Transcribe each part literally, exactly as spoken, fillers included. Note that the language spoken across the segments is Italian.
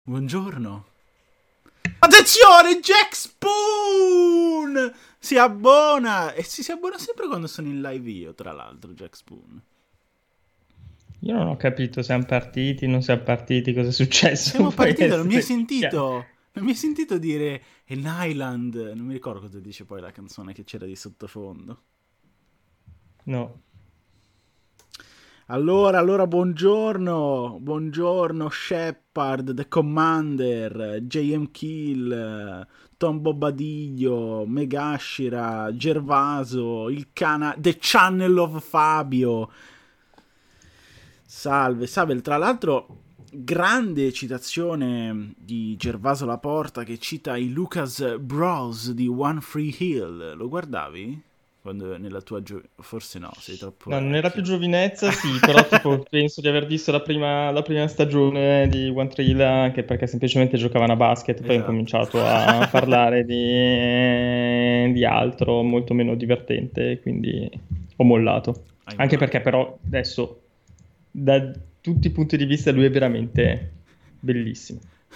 Buongiorno. Attenzione, Jack Spoon si abbona e si, si abbona sempre quando sono in live io, tra l'altro, Jack Spoon. Io non ho capito, siamo partiti, non siamo partiti, cosa è successo? Siamo Non puoi partiti, non mi hai essere chiaro. sentito? Non mi hai sentito dire an Island? Non mi ricordo cosa dice poi la canzone che c'era di sottofondo. No. Allora, allora, buongiorno, buongiorno Shepard, The Commander, J M Kill, Tom Bobadillo, Megashira, Gervaso, il cana, The Channel of Fabio. Salve, salve, tra l'altro grande citazione di Gervaso Laporta che cita i Lucas Bros di One Free Hill. Lo guardavi? Quando nella tua gio... forse no, sei troppo No, non era più vecchio. giovinezza, sì, però tipo penso di aver visto la prima, la prima stagione di One Tree Hill anche perché semplicemente giocavano a basket e poi ho Esatto. incominciato a parlare di, di altro molto meno divertente, quindi ho mollato. Hai Anche mollato. perché però adesso da tutti i punti di vista lui è veramente bellissimo.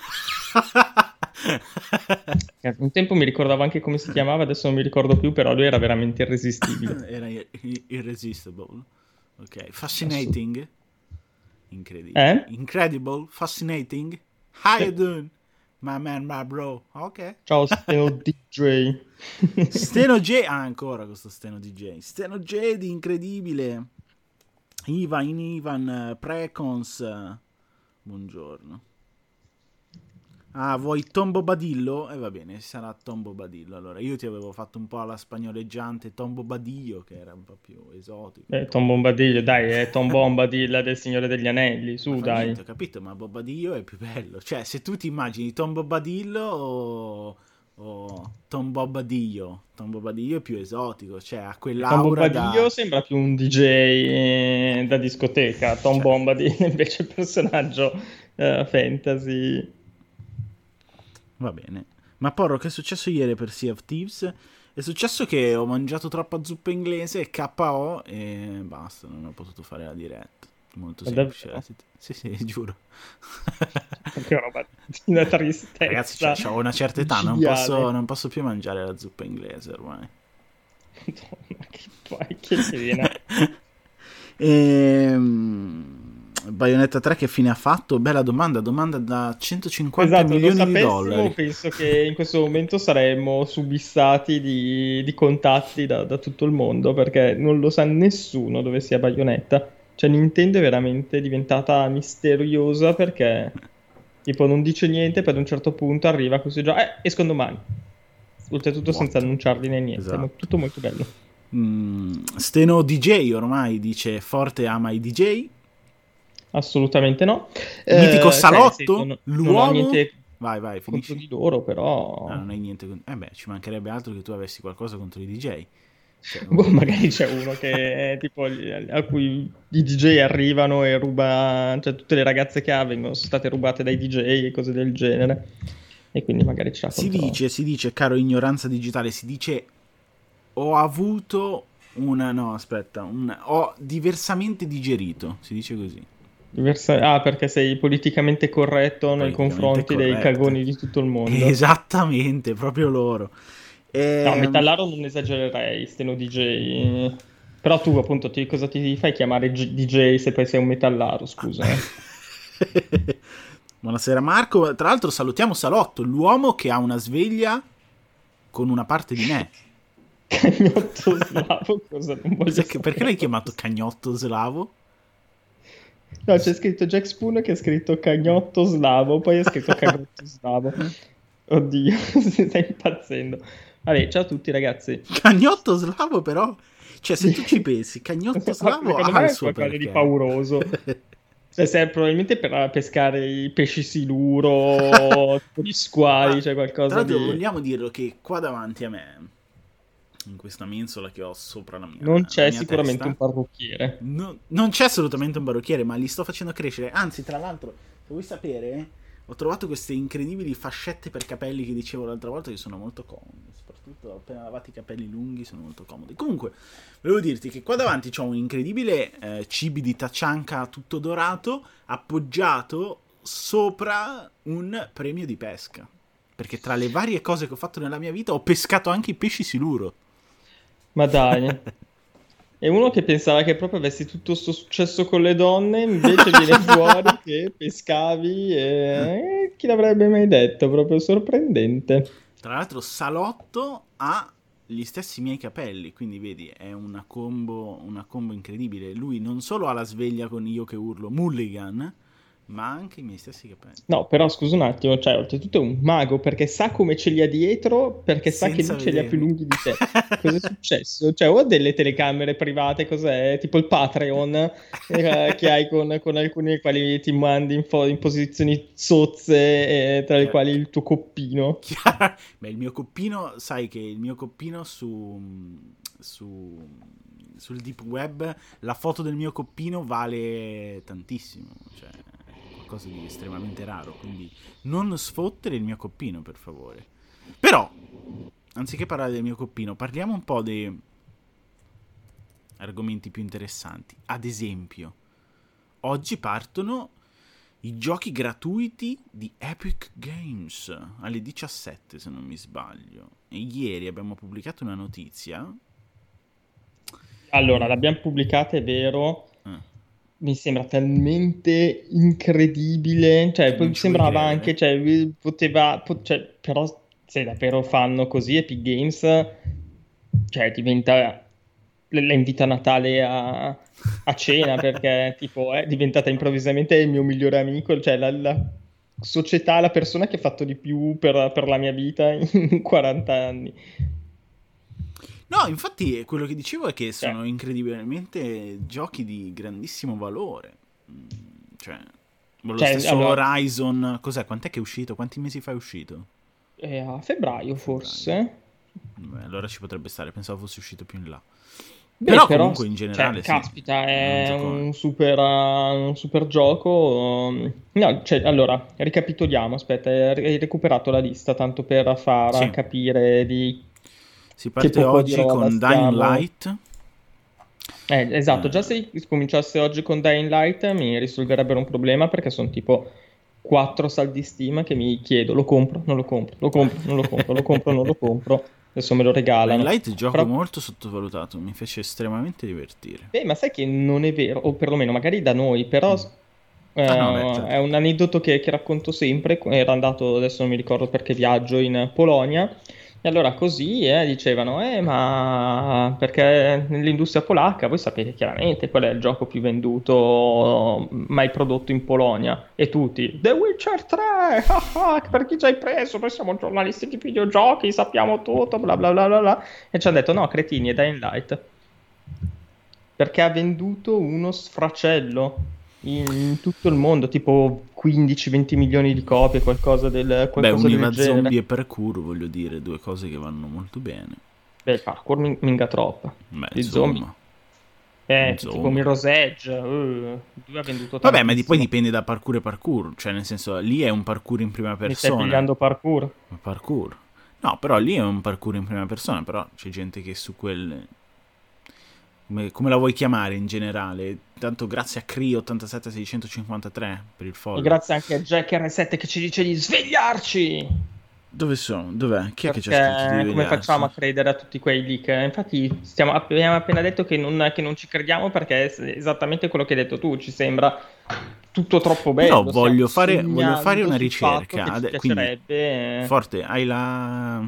Eh, Un tempo mi ricordavo anche come si chiamava, adesso non mi ricordo più, però lui era veramente irresistibile. Era irresistible. Ok, Assu- fascinating. Incredibile. Eh? Incredible, fascinating. How you Sì. doing? My man, my bro. Ok. Ciao, Steno D J. Steno J, ah, ancora questo Steno D J. Steno J di incredibile. Ivan, Ivan, eh, Precons. eh, Buongiorno. Ah, vuoi Tom Bobadillo? E eh, va bene, sarà Tom Bobadillo. Allora, io ti avevo fatto un po' alla spagnoleggiante Tom Bobadillo, che era un po' più esotico, un Eh, po' Tom più... Bombadillo, dai, è Tom Bombadilla del Signore degli Anelli, Ma su, fa niente, dai. ho capito, ma Bobadillo è più bello. Cioè, se tu ti immagini Tom Bobadillo o, o Tom Bobadillo, Tom Bobadillo è più esotico, cioè ha Tom quell'aura Bombadillo da... sembra più un D J eh, da discoteca, Tom Cioè, Bombadil invece è un personaggio eh, fantasy. va bene. Ma Porro, che è successo ieri per Sea of Thieves? È successo che ho mangiato troppa zuppa inglese, K O e basta, non ho potuto fare la diretta. Molto Ma semplice la davvero? situ- Sì, sì, giuro. Che roba di una Ragazzi, tristezza cioè, ho una certa età, non posso, micidiale. non posso più mangiare la zuppa inglese ormai. Madonna, che poi, che pena. Ehm, Bayonetta tre che fine ha fatto? Bella domanda, domanda da centocinquanta Esatto, lo milioni di sapessimo, dollari. penso che in questo momento saremmo subissati di, di contatti da, da tutto il mondo perché non lo sa nessuno dove sia Bayonetta. Cioè, Nintendo è veramente diventata misteriosa perché tipo non dice niente, poi ad un certo punto arriva così già, eh, escono domani. Oltretutto senza What? annunciarli né niente, è mo- Esatto. tutto molto bello. Mm, Steno D J ormai dice Forte ama i D J. Assolutamente no. Il mitico Eh, cioè, nel senso, Salotto? no- non ho L'uomo? niente Vai, vai, contro finisci. di loro, Ah, però non hai niente con... Eh beh, ci mancherebbe altro che tu avessi qualcosa contro i D J. Cioè, boh, non- magari c'è uno che è tipo a cui i D J arrivano e ruba, cioè tutte le ragazze che ha vengono sono state rubate dai D J e cose del genere. E quindi magari ce l'ha Si contro. dice, si dice, caro ignoranza digitale, si dice ho avuto una... No, aspetta, un, ho diversamente digerito, si dice così. Diversa- Ah, perché sei politicamente corretto nei Politicamente confronti dei corretto. cagoni di tutto il mondo. Esattamente, proprio loro. No, Ehm, metallaro non esagererei, steno D J. Però tu appunto ti- cosa ti fai chiamare G- D J se poi sei un metallaro, scusa, eh? Buonasera Marco, tra l'altro salutiamo Salotto, l'uomo che ha una sveglia con una parte di me. Cagnotto slavo, cosa non voglio Cos'è che, perché l'hai sapere. chiamato cagnotto slavo? No, c'è scritto Jack Spoon che ha scritto cagnotto slavo, poi ha scritto cagnotto slavo. Oddio, si sta impazzendo. Vabbè, ciao a tutti ragazzi. Cagnotto slavo però, cioè se tu ci pensi, cagnotto slavo Secondo ha me il è suo qualcosa di perché. pauroso. Cioè, serve probabilmente per pescare i pesci siluro, tipo gli Ma squali, cioè tra qualcosa l'altro di... vogliamo dirlo che qua davanti a me, in questa mensola che ho sopra la mia, Non la c'è mia sicuramente un testa, parrucchiere. no- non c'è assolutamente un parrucchiere, ma li sto facendo crescere. Anzi, tra l'altro, se vuoi sapere, ho trovato queste incredibili fascette per capelli che dicevo l'altra volta che sono molto comodi. Soprattutto appena lavati i capelli lunghi sono molto comodi. Comunque, volevo dirti che qua davanti c'ho un incredibile eh, cibi di taccianca tutto dorato, appoggiato sopra un premio di pesca. Perché tra le varie cose che ho fatto nella mia vita ho pescato anche i pesci siluro. Ma dai. E uno che pensava che proprio avessi tutto sto successo con le donne, invece viene fuori che pescavi e... chi l'avrebbe mai detto? Proprio sorprendente. Tra l'altro Salotto ha gli stessi miei capelli, quindi vedi, è una combo, una combo incredibile. Lui non solo ha la sveglia con io che urlo Mulligan, ma anche i miei stessi capelli. No, però scusa un attimo, cioè, oltretutto è un mago, perché sa come ce li ha dietro, perché sa che Senza lui ce li ha più vederli. lunghi di te. Cos'è successo? Cioè, o ha delle telecamere private, cos'è? Tipo il Patreon eh, che hai con, con alcuni dei quali ti mandi in, fo- in posizioni zozze, eh, tra le Chiaro. quali il tuo coppino. Chiaro. Beh, il mio coppino, sai che il mio coppino su, su sul deep web, la foto del mio coppino vale tantissimo, cioè è qualcosa di estremamente raro, quindi non sfottere il mio coppino, per favore. Però, anziché parlare del mio coppino, parliamo un po' dei argomenti più interessanti. Ad esempio, oggi partono i giochi gratuiti di Epic Games alle diciassette, se non mi sbaglio. E ieri abbiamo pubblicato una notizia. Allora, l'abbiamo pubblicata, è vero. Eh, Mi sembra talmente incredibile, cioè che non poi ci vuoi sembrava credere. anche, cioè, poteva, po- cioè, però se davvero fanno così Epic Games, cioè diventa l- la invita a Natale a, a cena, perché tipo è diventata improvvisamente il mio migliore amico, cioè la, la società, la persona che ha fatto di più per, per la mia vita in quaranta anni. No, infatti quello che dicevo è che Cioè, sono incredibilmente giochi di grandissimo valore. Mm, Cioè, lo cioè, stesso allora, Horizon, cos'è? Quant'è che è uscito? Quanti mesi fa è uscito? è a febbraio Febbraio. forse. Beh, allora ci potrebbe stare, pensavo fosse uscito più in là. Beh, Però però, comunque in cioè, generale sì, caspita, è un è giocone. un super, uh, un super gioco. um, No, cioè, allora, ricapitoliamo, aspetta, hai recuperato la lista tanto per far Sì, capire di si che parte po' di oggi roba con Dying stiamo. Light. Eh, esatto, già Eh, se cominciasse oggi con Dying Light mi risolverebbero un problema perché sono tipo quattro saldi Steam che mi chiedo, lo compro, non lo compro, lo compro, non lo compro, lo compro, non lo compro, adesso me lo Dying regalano. Light è un gioco Però molto sottovalutato, mi fece estremamente divertire. beh, ma sai che non è vero, o perlomeno magari da noi, però Mm. eh, Ah no, beh, è certo. un aneddoto che, che racconto sempre. Ero andato, adesso non mi ricordo perché viaggio in Polonia, e allora così eh, dicevano, eh, ma perché nell'industria polacca, voi sapete chiaramente qual è il gioco più venduto mai prodotto in Polonia, e tutti, The Witcher tre, ah, ah, per chi ci hai preso? Noi siamo giornalisti di videogiochi, sappiamo tutto, bla bla bla bla bla, e ci hanno detto, no, cretini, è Dying Light perché ha venduto uno sfracello in tutto il mondo, tipo quindici venti milioni di copie, qualcosa del, Beh, qualcosa del univa genere. zombie e parkour, voglio dire, due cose che vanno molto bene. Beh, il parkour min- minga troppo. Beh, Gli zombie, insomma, eh, tipo insomma. Mirror's Edge, eh, lui ha venduto Vabbè, ma di- poi tantissimo. dipende da parkour e parkour, cioè nel senso, lì è un parkour in prima Mi stai persona. pigliando parkour? Parkour. No, però lì è un parkour in prima persona, però c'è gente che su quel... Come, come la vuoi chiamare in generale? Tanto grazie a Cree ottantasette seicentocinquantatré per il E follow. grazie anche a Jack R sette che ci dice di svegliarci! Dove sono? Dov'è? Chi è che c'ha scritto di Perché come facciamo vegliarsi? a credere a tutti quei leak? Infatti, stiamo- abbiamo appena detto che non, che non ci crediamo perché è esattamente quello che hai detto tu. Ci sembra tutto troppo Però bello. Stiamo voglio fare, voglio fare sognando una sul fatto ricerca. che ci Ade- quindi, piacerebbe. eh. Forte, hai la...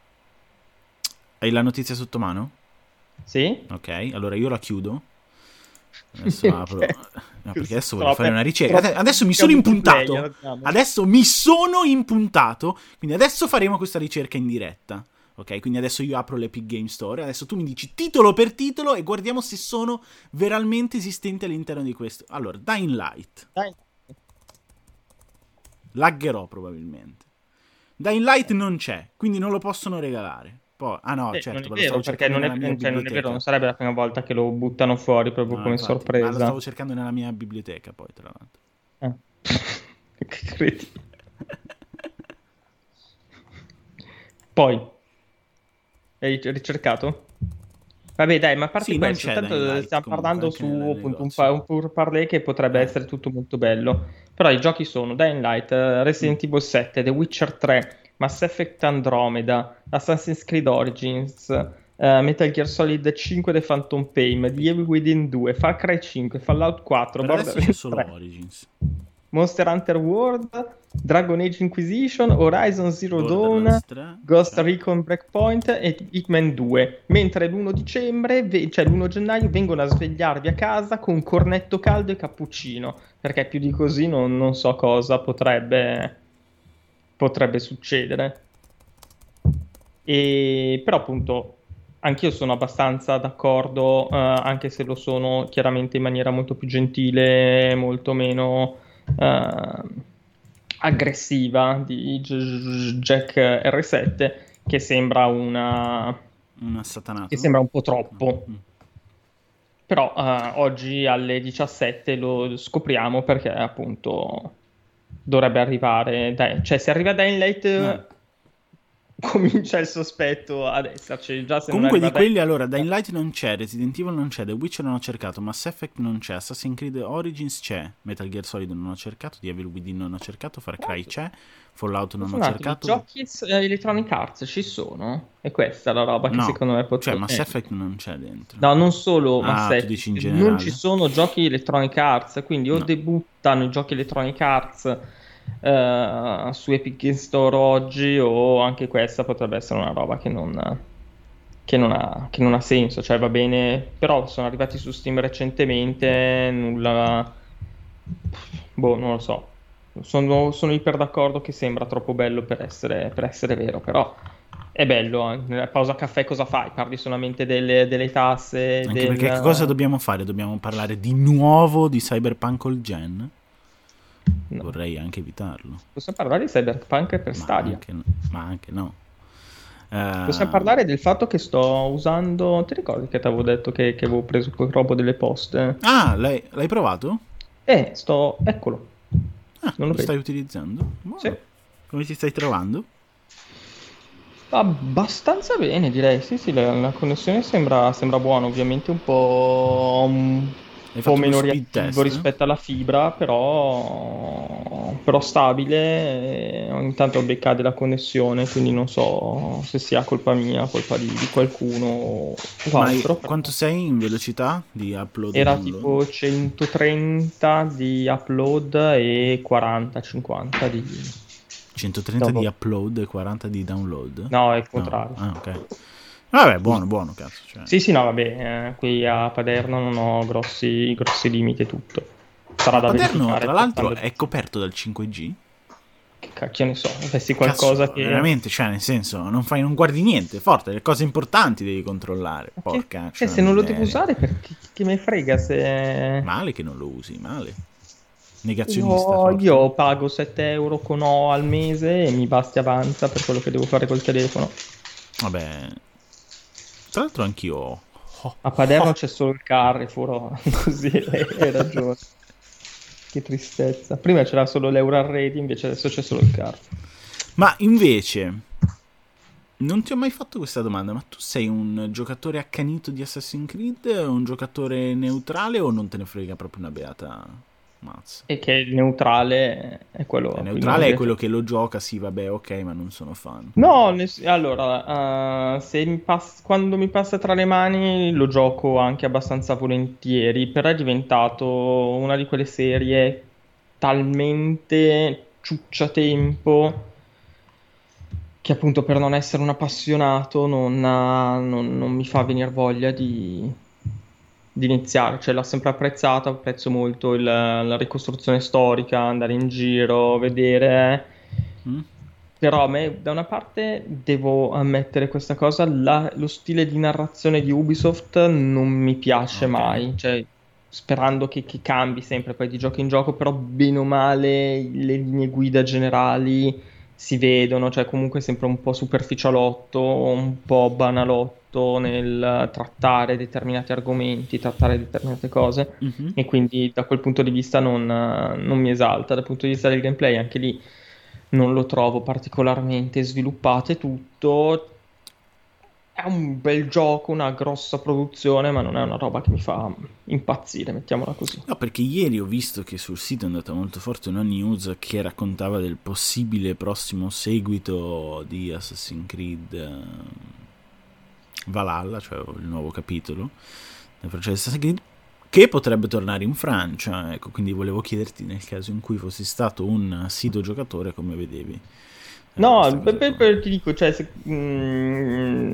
hai la notizia sotto mano? Sì? Ok, allora io la chiudo. Adesso apro. Ok. No, perché Così, adesso voglio fare troppo, una ricerca. Ade- troppo Adesso mi pubblica sono multiplayer, impuntato. andiamo. Adesso mi sono impuntato. Quindi adesso faremo questa ricerca in diretta. Ok, quindi adesso io apro l'Epic Game Store. Adesso tu mi dici titolo per titolo e guardiamo se sono veramente esistenti all'interno di questo. Allora, Dying Light. Dai. Laggerò probabilmente. Dying Light non c'è, quindi non lo possono regalare. Poi, ah no, Eh, non certo, è me lo vero, stavo perché cercando non nella è, mia cioè, non è vero, non biblioteca. sarebbe la prima volta che lo buttano fuori proprio No, come infatti, ma lo stavo sorpresa. cercando nella mia biblioteca poi, tra l'altro. Eh. Che credi? Poi, hai ricercato? Vabbè, dai, ma a parte Sì, non questo, c'è tanto Dying Light stiamo comunque, parlando anche su nel appunto, un, negozio. pa- un pur parler che potrebbe Eh. essere tutto molto bello. Però i giochi sono Dying Light, eh, Resident Mm. Evil sette, The Witcher tre, Mass Effect Andromeda, Assassin's Creed Origins, eh, Metal Gear Solid cinque The Phantom Pain, The Evil Within due, Far Cry cinque, Fallout quattro, Per adesso c'è Borderlands solo tre, Origins. Monster Hunter World, Dragon Age Inquisition, Horizon Zero Dawn, Borderlands tre, Ghost cioè. Recon Breakpoint e Hitman due. Mentre l'primo dicembre, ve- cioè l'primo gennaio, vengono a svegliarvi a casa con cornetto caldo e cappuccino. Perché più di così non, non so cosa potrebbe, potrebbe succedere. E, però appunto anch'io sono abbastanza d'accordo, eh, anche se lo sono chiaramente in maniera molto più gentile, molto meno eh, aggressiva di J- J- Jack R sette, che sembra una Un assatanato? che sembra un po' No. troppo. Mm. Però eh, oggi alle diciassette lo scopriamo perché appunto dovrebbe arrivare, dai, cioè se arriva Dying Light Eh. comincia il sospetto ad esserci, già se Comunque non di arriva quelli, allora, Dying Light non c'è, Resident Evil non c'è, The Witcher non ho cercato, Mass Effect non c'è, Assassin's Creed Origins c'è, Metal Gear Solid non ho cercato, The Evil Within non ho cercato, Far Cry c'è, Fallout non ho un attimo, i cercato. giochi eh, Electronic Arts ci sono? E questa è la roba che No, secondo me cioè potrebbe... Mass eh. Effect non c'è dentro. No, non solo Mass Ah, tu Effect, dici in non generale? ci sono giochi Electronic Arts, quindi o No. debuttano i giochi Electronic Arts eh, su Epic Game Store oggi, o anche questa potrebbe essere una roba che non, che non ha, che non ha senso, cioè va bene, però sono arrivati su Steam recentemente, nulla... Boh, non lo so. Sono, sono iper d'accordo che sembra troppo bello per essere, per essere vero, però è bello. eh. Nella pausa caffè cosa fai? Parli solamente delle, delle tasse, Anche del... perché che cosa dobbiamo fare? Dobbiamo parlare di nuovo di Cyberpunk All Gen? No. Vorrei anche evitarlo. Possiamo parlare di Cyberpunk per Ma Stadia. anche, ma anche no. Eh, Possiamo parlare del fatto che sto usando... Ti ricordi che ti avevo detto che, che avevo preso quel robo delle poste? Ah, l'hai, l'hai provato? Eh, sto... Eccolo. Ah, Non lo lo vedi? stai utilizzando? Buono. Sì. Come ti stai trovando? Abbastanza bene, direi. Sì, sì, la, la connessione sembra, sembra buona. Ovviamente un po', un Hai po' fatto meno uno speed reattivo test? rispetto alla fibra, però, però stabile. E ogni tanto beccate la connessione, quindi non so se sia colpa mia, colpa di, di qualcuno o Ma hai- altro. però quanto sei in velocità di upload e Era download? tipo centotrenta di upload e quaranta cinquanta di... centotrenta di download. upload e quaranta di download? No, è il No. contrario. Ah, ok. Vabbè, buono, buono, cazzo. Cioè. Sì, sì, no, vabbè, eh, qui a Paderno non ho grossi, grossi limiti e tutto. Sarà da Paderno, verificare. tra l'altro, portando- è coperto dal cinque G? Che cacchio ne so, avessi qualcosa Cazzo, che... veramente, cioè, nel senso, non fai, non guardi niente, forte, le cose importanti devi controllare. Che- Porca, cioè, cioè, se non lo miseria. devo usare, perché che me frega se... Male che non lo usi, male. Negazionista, Io, forte. io pago sette euro con O al mese e mi basti avanza per quello che devo fare col telefono. Vabbè. Tra l'altro anch'io... oh, A Paderno oh. c'è solo il Carrefour, oh, così hai hai ragione. Che tristezza. Prima c'era solo l'Euro Arredi, invece adesso c'è solo il Carrefour. Ma invece, non ti ho mai fatto questa domanda, ma tu sei un giocatore accanito di Assassin's Creed, un giocatore neutrale o non te ne frega proprio una beata mazza? E che il neutrale è quello... a Il cui neutrale non è quello che lo gioca, sì, vabbè, ok, ma non sono fan. No, ness- allora, eh, se mi pass- quando mi passa tra le mani lo gioco anche abbastanza volentieri, però è diventato una di quelle serie talmente ciucciatempo che appunto per non essere un appassionato non, ha- non- non mi fa venire voglia di, di iniziare, cioè l'ho sempre apprezzata, apprezzo molto il- la ricostruzione storica, andare in giro, vedere... Mm? Però a me, da una parte, devo ammettere questa cosa, la- lo stile di narrazione di Ubisoft non mi piace Ok. mai, cioè sperando che, che cambi sempre poi di gioco in gioco, però bene o male le linee guida generali si vedono, cioè comunque sempre un po' superficialotto, un po' banalotto nel trattare determinati argomenti, trattare determinate cose, Mhm. e quindi da quel punto di vista non, non mi esalta. Dal punto di vista del gameplay anche lì non lo trovo particolarmente sviluppato e tutto. è un bel gioco, una grossa produzione, ma non è una roba che mi fa impazzire, mettiamola così. No, perché ieri ho visto che sul sito è andata molto forte una news che raccontava del possibile prossimo seguito di Assassin's Creed eh, Valhalla, cioè il nuovo capitolo del franchise Assassin's Creed, che potrebbe tornare in Francia. Ecco, quindi volevo chiederti, nel caso in cui fossi stato un assiduo giocatore, come vedevi eh, questa No, cosa per, per- qua. per- ti dico, cioè, se- mm,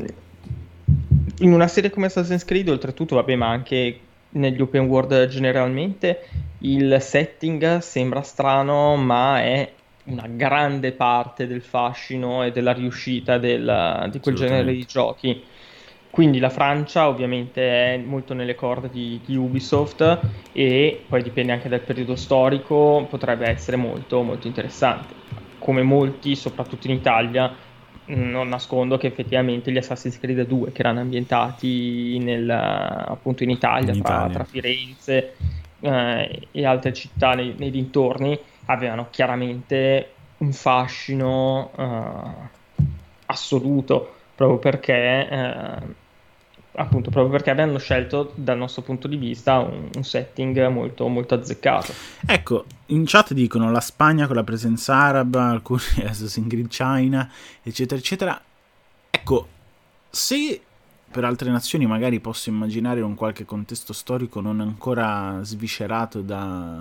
in una serie come Assassin's Creed, oltretutto, vabbè, ma anche negli open world generalmente, il setting sembra strano, ma è una grande parte del fascino e della riuscita del- di quel genere di Assolutamente. giochi. Quindi la Francia ovviamente è molto nelle corde di, di Ubisoft e poi dipende anche dal periodo storico, potrebbe essere molto, molto interessante. Come molti, soprattutto in Italia, mh, non nascondo che effettivamente gli Assassin's Creed due, che erano ambientati nel, appunto in In Italia, tra, Italia. tra Firenze eh, e altre città nei, nei dintorni, avevano chiaramente un fascino eh, assoluto, proprio perché, eh, appunto, proprio perché avevano scelto dal nostro punto di vista un, un setting molto, molto azzeccato. Ecco, in chat dicono la Spagna con la presenza araba, alcuni Assassin's Creed China, eccetera, eccetera. Ecco, se per altre nazioni magari posso immaginare un qualche contesto storico non ancora sviscerato da,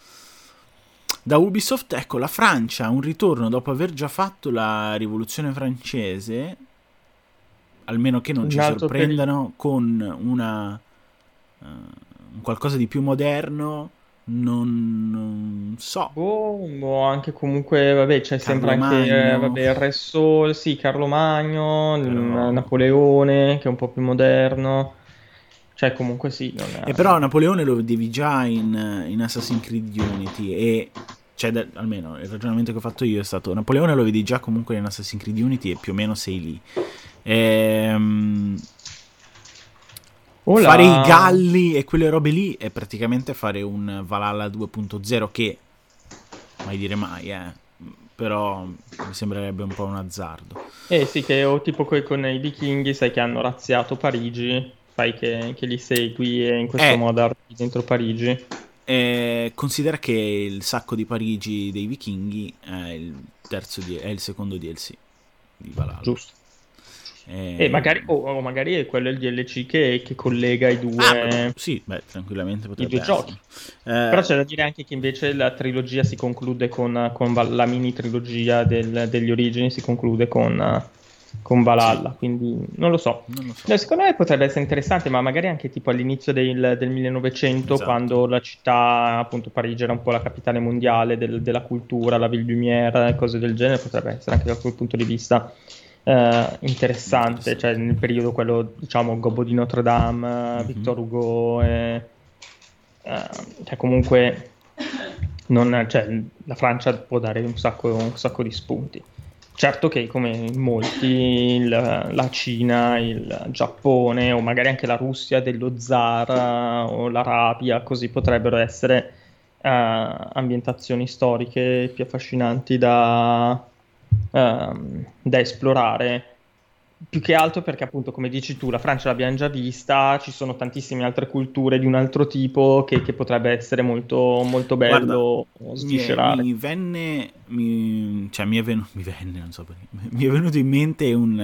da Ubisoft, ecco, la Francia, un ritorno dopo aver già fatto la rivoluzione francese, almeno che non Un ci altro periodo. sorprendano con una, eh, un qualcosa di più moderno, non, non so, Boh, boh, anche comunque, vabbè, c'è sempre Carlo anche, eh, Magno, vabbè, il Re Sol, sì, Carlo Magno, il però... Napoleone, che è un po' più moderno. Cioè, comunque sì, non è... E però Napoleone lo vedevi già in, in Assassin's Creed Unity e... Cioè, da- almeno il ragionamento che ho fatto io è stato Napoleone lo vedi già comunque in Assassin's Creed Unity e più o meno sei lì. Ehm, fare i Ola! galli e quelle robe lì è praticamente fare un Valhalla due punto zero che, mai dire mai, eh, però mi sembrerebbe un po' un azzardo. Eh sì, che o tipo coi- con i vichinghi, sai che hanno razziato Parigi, fai che, che li segui e in questo Eh, modo arrivi dentro Parigi. eh, considera che il sacco di Parigi dei vichinghi è il, terzo di- è il secondo D L C di Valhalla. Giusto. E magari, Ehm, o o magari è quello il D L C che, che collega i Ah, beh, due, sì, beh, tranquillamente i due potrebbe giochi. essere. Però Eh, c'è da dire anche che invece la trilogia si conclude con, con Val- la mini trilogia del- degli origini si conclude con, eh, con sì, Valhalla, quindi non lo so. non lo so. No, secondo me potrebbe essere interessante, ma magari anche tipo all'inizio del, del millenovecento, Esatto. quando la città, appunto Parigi era un po' la capitale mondiale del- della cultura, la Ville Lumière e cose del genere, potrebbe essere anche da quel punto di vista eh, interessante, cioè Interessante. nel periodo quello, diciamo, Gobbo di Notre Dame, eh, Mhm. Victor Hugo, e, eh, cioè comunque non, cioè, la Francia può dare un sacco, un sacco di spunti. Certo che come in molti il- la Cina, il Giappone o magari anche la Russia dello zar eh, o l'Arabia, così potrebbero essere eh, ambientazioni storiche più affascinanti da, ehm, da esplorare. Più che altro perché, appunto, come dici tu, la Francia l'abbiamo già vista, ci sono tantissime altre culture di un altro tipo che, che potrebbe essere molto, molto Guarda, bello mi, è- sviscerare. mi venne, mi, cioè mi è venuto, mi venne, non so perché, mi è venuto in mente un,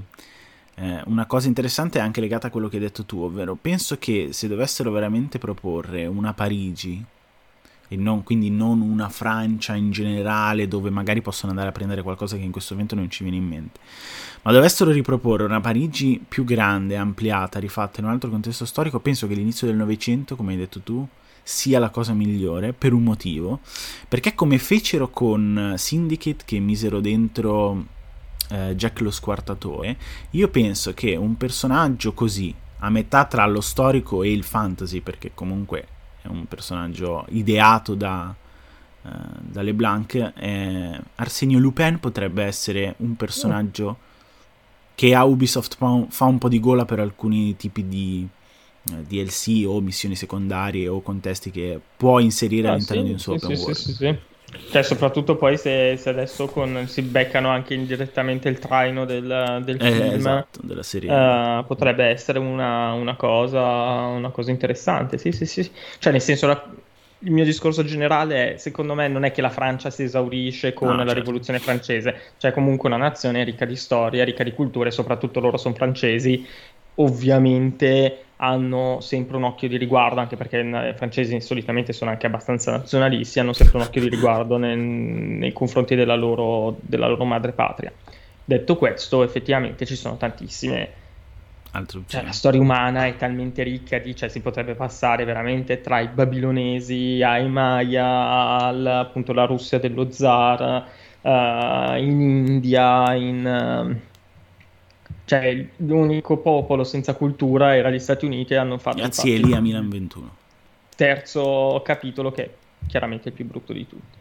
eh, eh, una cosa interessante anche legata a quello che hai detto tu, ovvero penso che se dovessero veramente proporre una Parigi e non, quindi non una Francia in generale dove magari possono andare a prendere qualcosa che in questo momento non ci viene in mente, ma dovessero riproporre una Parigi più grande, ampliata, rifatta in un altro contesto storico, penso che l'inizio del Novecento, come hai detto tu, sia la cosa migliore per un motivo, perché come fecero con Syndicate che misero dentro eh, Jack lo Squartatore, io penso che un personaggio così a metà tra lo storico e il fantasy, perché comunque è un personaggio ideato da, eh, da LeBlanc, eh, Arsenio Lupin potrebbe essere un Mm. personaggio che a Ubisoft fa un, fa un po' di gola per alcuni tipi di eh, D L C o missioni secondarie o contesti che può inserire Ah, all'interno di sì, un suo sì, open sì, sì, world. sì, sì. Cioè, soprattutto poi se, se adesso con, si beccano anche indirettamente il traino del, del Eh, film, esatto, della serie. eh, potrebbe essere una, una cosa, una cosa interessante. Sì, sì, sì. Cioè, nel senso, la- il mio discorso generale è, secondo me, non è che la Francia si esaurisce con No, la certo. rivoluzione francese, cioè comunque una nazione ricca di storia, ricca di culture, e soprattutto loro sono francesi, ovviamente hanno sempre un occhio di riguardo, anche perché i francesi solitamente sono anche abbastanza nazionalisti, hanno sempre un occhio di riguardo nel- nei confronti della loro, della loro madrepatria. Detto questo, effettivamente ci sono tantissime, Altre cioè la opzioni. storia umana è talmente ricca di, cioè si potrebbe passare veramente tra i babilonesi ai Maya, al, appunto la Russia dello zar, eh, in India, in... ehm, cioè, l'unico popolo senza cultura era gli Stati Uniti e hanno fatto Grazie infatti Elia il Milan ventuno. terzo capitolo, che è chiaramente il più brutto di tutti.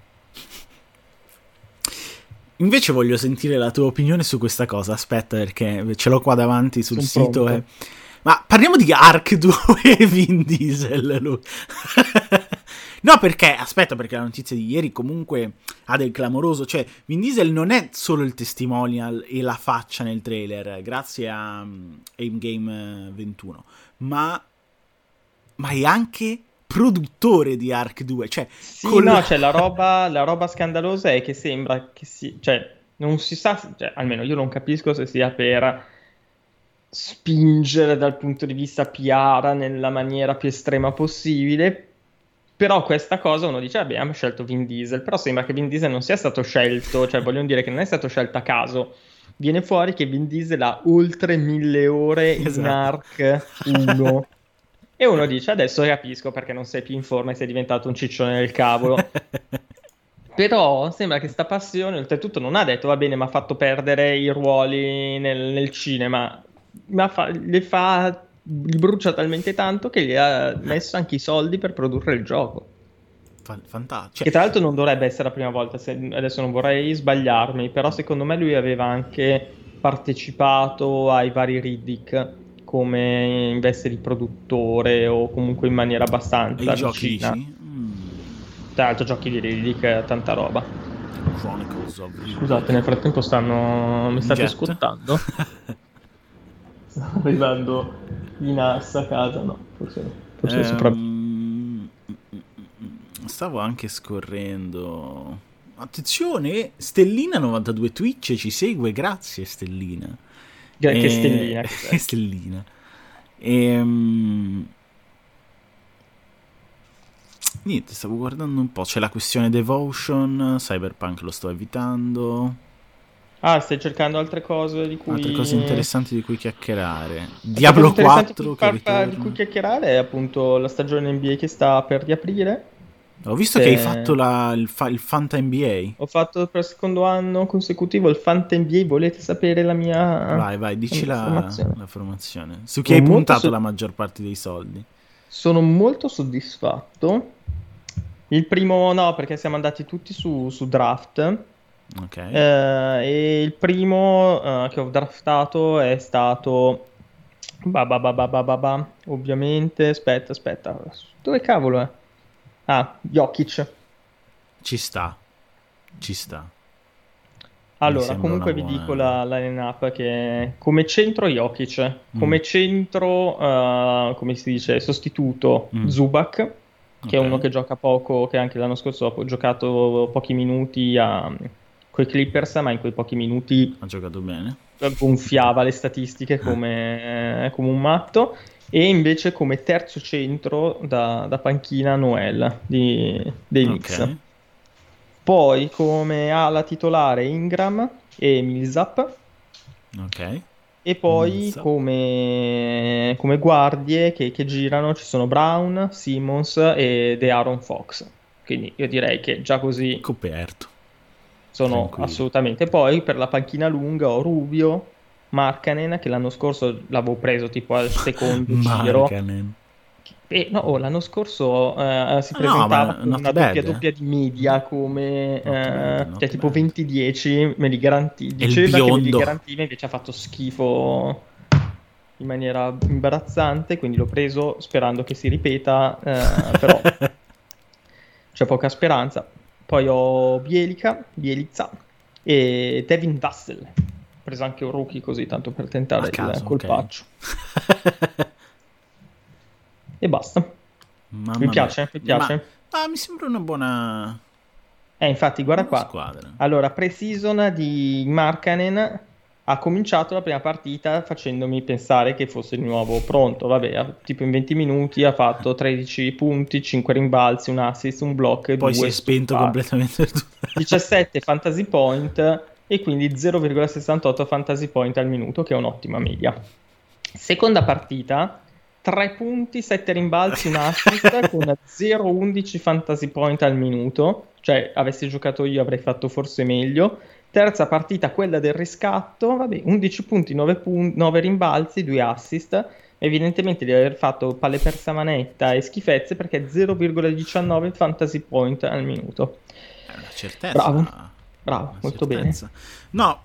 Invece voglio sentire la tua opinione su questa cosa. Aspetta, perché ce l'ho qua davanti sul Sono sito. pronto. E... Ma parliamo di Ark due e Vin Diesel. Lui. No, perché, aspetta, perché la notizia di ieri comunque ha del clamoroso. Cioè, Vin Diesel non è solo il testimonial e la faccia nel trailer, grazie a um, Aim Game ventuno, ma, ma è anche produttore di Ark due. Cioè, Sì, col... no, cioè la roba, la roba scandalosa è che sembra che si, cioè, non si sa, cioè, almeno io non capisco se sia per spingere dal punto di vista P R nella maniera più estrema possibile, però questa cosa uno dice, vabbè, abbiamo scelto Vin Diesel, però sembra che Vin Diesel non sia stato scelto, cioè voglio dire che non è stato scelto a caso. Viene fuori che Vin Diesel ha oltre mille ore in Esatto. Ark uno. E uno dice, adesso capisco perché non sei più in forma e sei diventato un ciccione del cavolo. Però sembra che sta passione, oltretutto, non ha detto, va bene, mi ha fatto perdere i ruoli nel, nel cinema, ma fa, le fa, li brucia talmente tanto che gli ha messo anche i soldi per produrre il gioco. Fantastico. Che Cioè, tra l'altro non dovrebbe essere la prima volta, se- adesso non vorrei sbagliarmi, però secondo me lui aveva anche partecipato ai vari Riddick come in veste di produttore o comunque in maniera ai abbastanza giochi vicina. dici? Mm. Tra l'altro giochi di Riddick, tanta roba. Chronicles of Scusate, Riddick. nel frattempo stanno... mi Un state jet? scottando? Sta arrivando in assa a casa, no, forse, forse è sopravvissuto. Ehm, Stavo anche scorrendo. Attenzione, Stellina novantadue Twitch ci segue, grazie Stellina. Che E... stellina che sei. Stellina. Ehm, Niente, stavo guardando un po'. C'è la questione Devotion, Cyberpunk lo sto evitando. Ah, stai cercando altre cose di Altre cui... cose interessanti di cui chiacchierare. Altre cose Diablo interessanti di cui, quattro che par- par- di cui ritorna. chiacchierare è appunto la stagione N B A che sta per riaprire. Ho visto che hai fatto Se- la- il, fa- il Fanta N B A. Ho fatto per il secondo anno consecutivo il Fanta N B A, volete sapere la mia, Vai, vai, la dici mia la, formazione? la formazione. Su chi Sono hai molto, puntato so- la maggior parte dei soldi? sono molto soddisfatto. Il primo no, perché siamo andati tutti su, su draft. Ok. Eh, e il primo eh, che ho draftato è stato ba ba ba ba ba ba ba. Ovviamente, aspetta, aspetta, dove cavolo è? Ah, Jokic. Ci sta. Ci sta. Mi Allora, sembra una comunque vi dico buona... la, la line-up che come centro Jokic, Mm, come centro, eh, come si dice, sostituto mm, Zubac, che è ok. uno che gioca poco, che anche l'anno scorso ha giocato pochi minuti con i Clippers, ma in quei pochi minuti Ha giocato bene. gonfiava le statistiche come, come un matto. E invece come terzo centro da, da panchina Noel di- dei Knicks. Ok. Poi come ala titolare Ingram e Millsap. Ok. E poi Millsap. come, come guardie che, che girano ci sono Brown, Simmons e De'Aaron Fox. Quindi io direi che già così Coperto. sono Tranquillo. assolutamente. Poi per la panchina lunga ho Rubio, Markkanen, che l'anno scorso l'avevo preso tipo al secondo giro. Markkanen. E no, oh, l'anno scorso eh, si Ah, no, presentava ma con not una bad, doppia eh. doppia di media come Not bad, eh, cioè not tipo bad. venti dieci, me li garanti, E il diceva che me li biondo. garantiva, invece ha fatto schifo in maniera imbarazzante, quindi l'ho preso sperando che si ripeta, eh, però c'è poca speranza. Poi ho Bielica, Bielica e Devin Vassell. Ho preso anche un rookie così, tanto per tentare caso, il colpaccio. Okay. E basta. Mamma mi piace, mia. mi piace. Ma, ma mi sembra una buona... Eh, infatti, guarda buona qua. Squadra. Allora, pre-season di Markkanen ha cominciato la prima partita facendomi pensare che fosse di nuovo pronto. Vabbè, tipo in venti minuti ha fatto tredici punti, cinque rimbalzi, un assist, un block e poi due si è spento stoppati. completamente tutto. diciassette fantasy point e quindi zero virgola sessantotto fantasy point al minuto, che è un'ottima media. Seconda partita, tre punti, sette rimbalzi, un assist con zero virgola undici fantasy point al minuto, cioè avessi giocato io avrei fatto forse meglio. Terza partita, quella del riscatto, vabbè, undici punti, nove, pun- nove rimbalzi, due assist. Evidentemente di aver fatto palle persa a manetta e schifezze, perché zero virgola diciannove fantasy point al minuto. È una certezza. Bravo, bravo, una molto certezza. bene. No,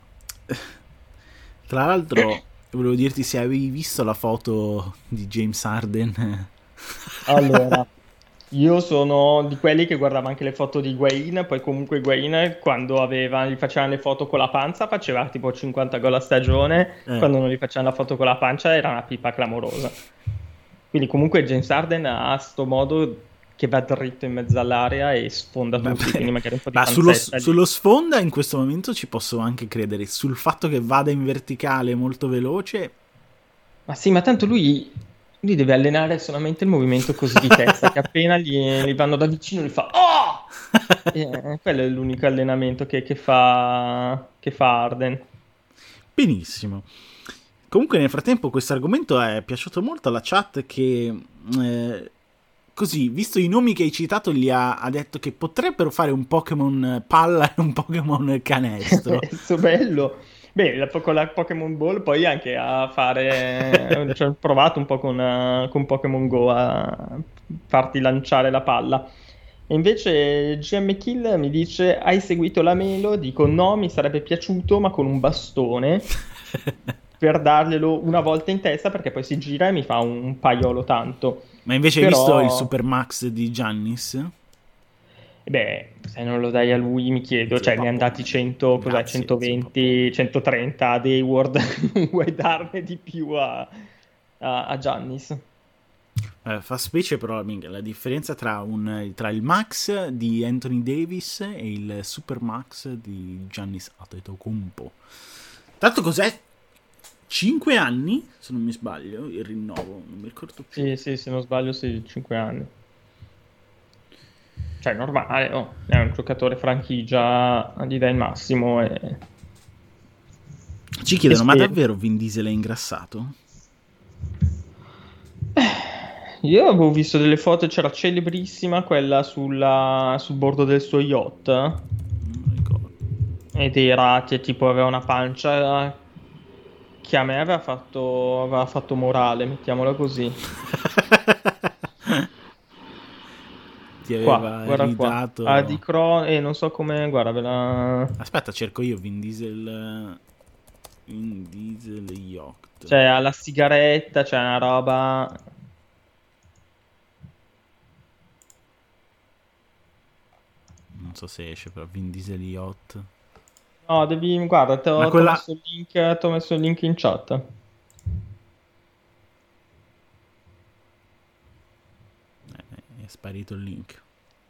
tra l'altro volevo dirti se avevi visto la foto di James Harden. Allora, io sono di quelli che guardava anche le foto di Higuain, poi comunque Higuain quando aveva, gli facevano le foto con la panza faceva tipo cinquanta gol a stagione, Eh. quando non gli facevano la foto con la pancia era una pipa clamorosa. Quindi comunque James Harden ha sto modo che va dritto in mezzo all'area e sfonda Beh, tutti, beh, quindi magari un po' di ma sullo, panzetta. sullo sfonda in questo momento ci posso anche credere, sul fatto che vada in verticale molto veloce. Ma sì, ma tanto lui, lui deve allenare solamente il movimento così di testa, che appena gli, gli vanno da vicino gli fa oh! E, quello è l'unico allenamento che, che fa che fa Harden. Benissimo. Comunque nel frattempo questo argomento è piaciuto molto alla chat, che eh, così, visto i nomi che hai citato, gli ha, ha detto che potrebbero fare un Pokémon palla e un Pokémon canestro. Questo bello. Beh, la, con la Pokémon Ball poi anche a fare, cioè, ho provato un po' con, uh, con Pokémon Go a farti lanciare la palla. E invece G M Kill mi dice: hai seguito la Melo? Dico no, mi sarebbe piaciuto, ma con un bastone per darglielo una volta in testa, perché poi si gira e mi fa un paiolo tanto. Ma invece Però... hai visto il Super Max di Giannis? Beh, se non lo dai a lui mi chiedo, Sì, cioè papà, ne hanno dati cento, cos'è, grazie, centoventi, sì, centotrenta ad Hayward, non vuoi darne di più a, a, a Giannis? Eh, fa specie però minchia, la differenza tra, un, tra il Max di Anthony Davis e il Super Max di Giannis Antetokounmpo. Tanto cos'è? cinque anni, se non mi sbaglio, il rinnovo, non mi ricordo più. Sì, sì, se non sbaglio, sì, cinque anni. Cioè, normale, oh, è un giocatore franchigia, gli dai il massimo e... Ci chiedono, e ma speri. davvero Vin Diesel è ingrassato? Io avevo visto delle foto, c'era celebrissima quella sulla, sul bordo del suo yacht, Non ricordo. ed era, cioè, tipo, aveva una pancia che a me aveva fatto, aveva fatto morale, mettiamola così. Ti Qua, aveva guarda qua. ridato... Ah, di Cro... E non so come... Guarda, ve la... Aspetta, cerco io Vin Diesel... Vin Diesel yacht. Cioè, alla sigaretta, c'è una roba... Non so se esce, però Vin Diesel yacht. No, devi... Guarda, ti ho, quella... messo il link, t'ho messo il link in chat. È sparito il link.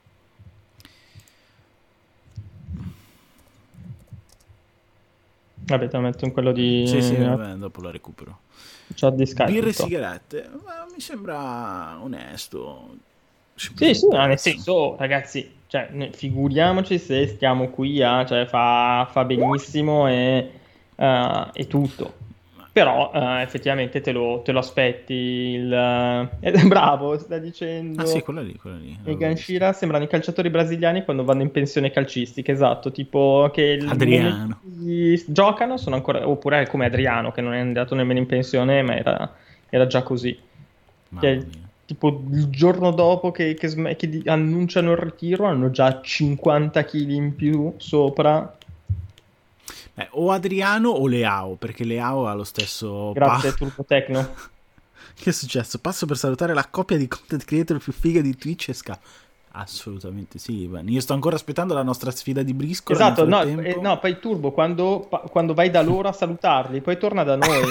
Vabbè, te lo metto in quello di... Sì, sì, vabbè, dopo lo recupero. Chat di Skype. Birre e sigarette, ma mi sembra onesto. Sì, sì, ma nel senso, ragazzi, cioè, figuriamoci se stiamo qui a... Cioè, fa, fa benissimo e, uh, e tutto. Però uh, effettivamente te lo, te lo aspetti il... Eh, bravo, sta dicendo... Ah sì, quella lì, quella lì. Egan Shearer sembrano i calciatori brasiliani quando vanno in pensione calcistica, esatto, tipo che il Adriano. giocano sono ancora, oppure è come Adriano che non è andato nemmeno in pensione, ma era, era già così. Che, tipo il giorno dopo che, che, sm- che di- annunciano il ritiro hanno già cinquanta chili in più sopra. Eh, o Adriano o Leao, perché Leao ha lo stesso... Grazie pa- Turbo Tecno. Che è successo? Passo per salutare la coppia di content creator più figa di Twitch e Sca. Assolutamente sì, Ivan. Io sto ancora aspettando la nostra sfida di briscola. Esatto, nel no, frattempo... eh, no, poi Turbo, quando, pa- quando vai da loro a salutarli, poi torna da noi.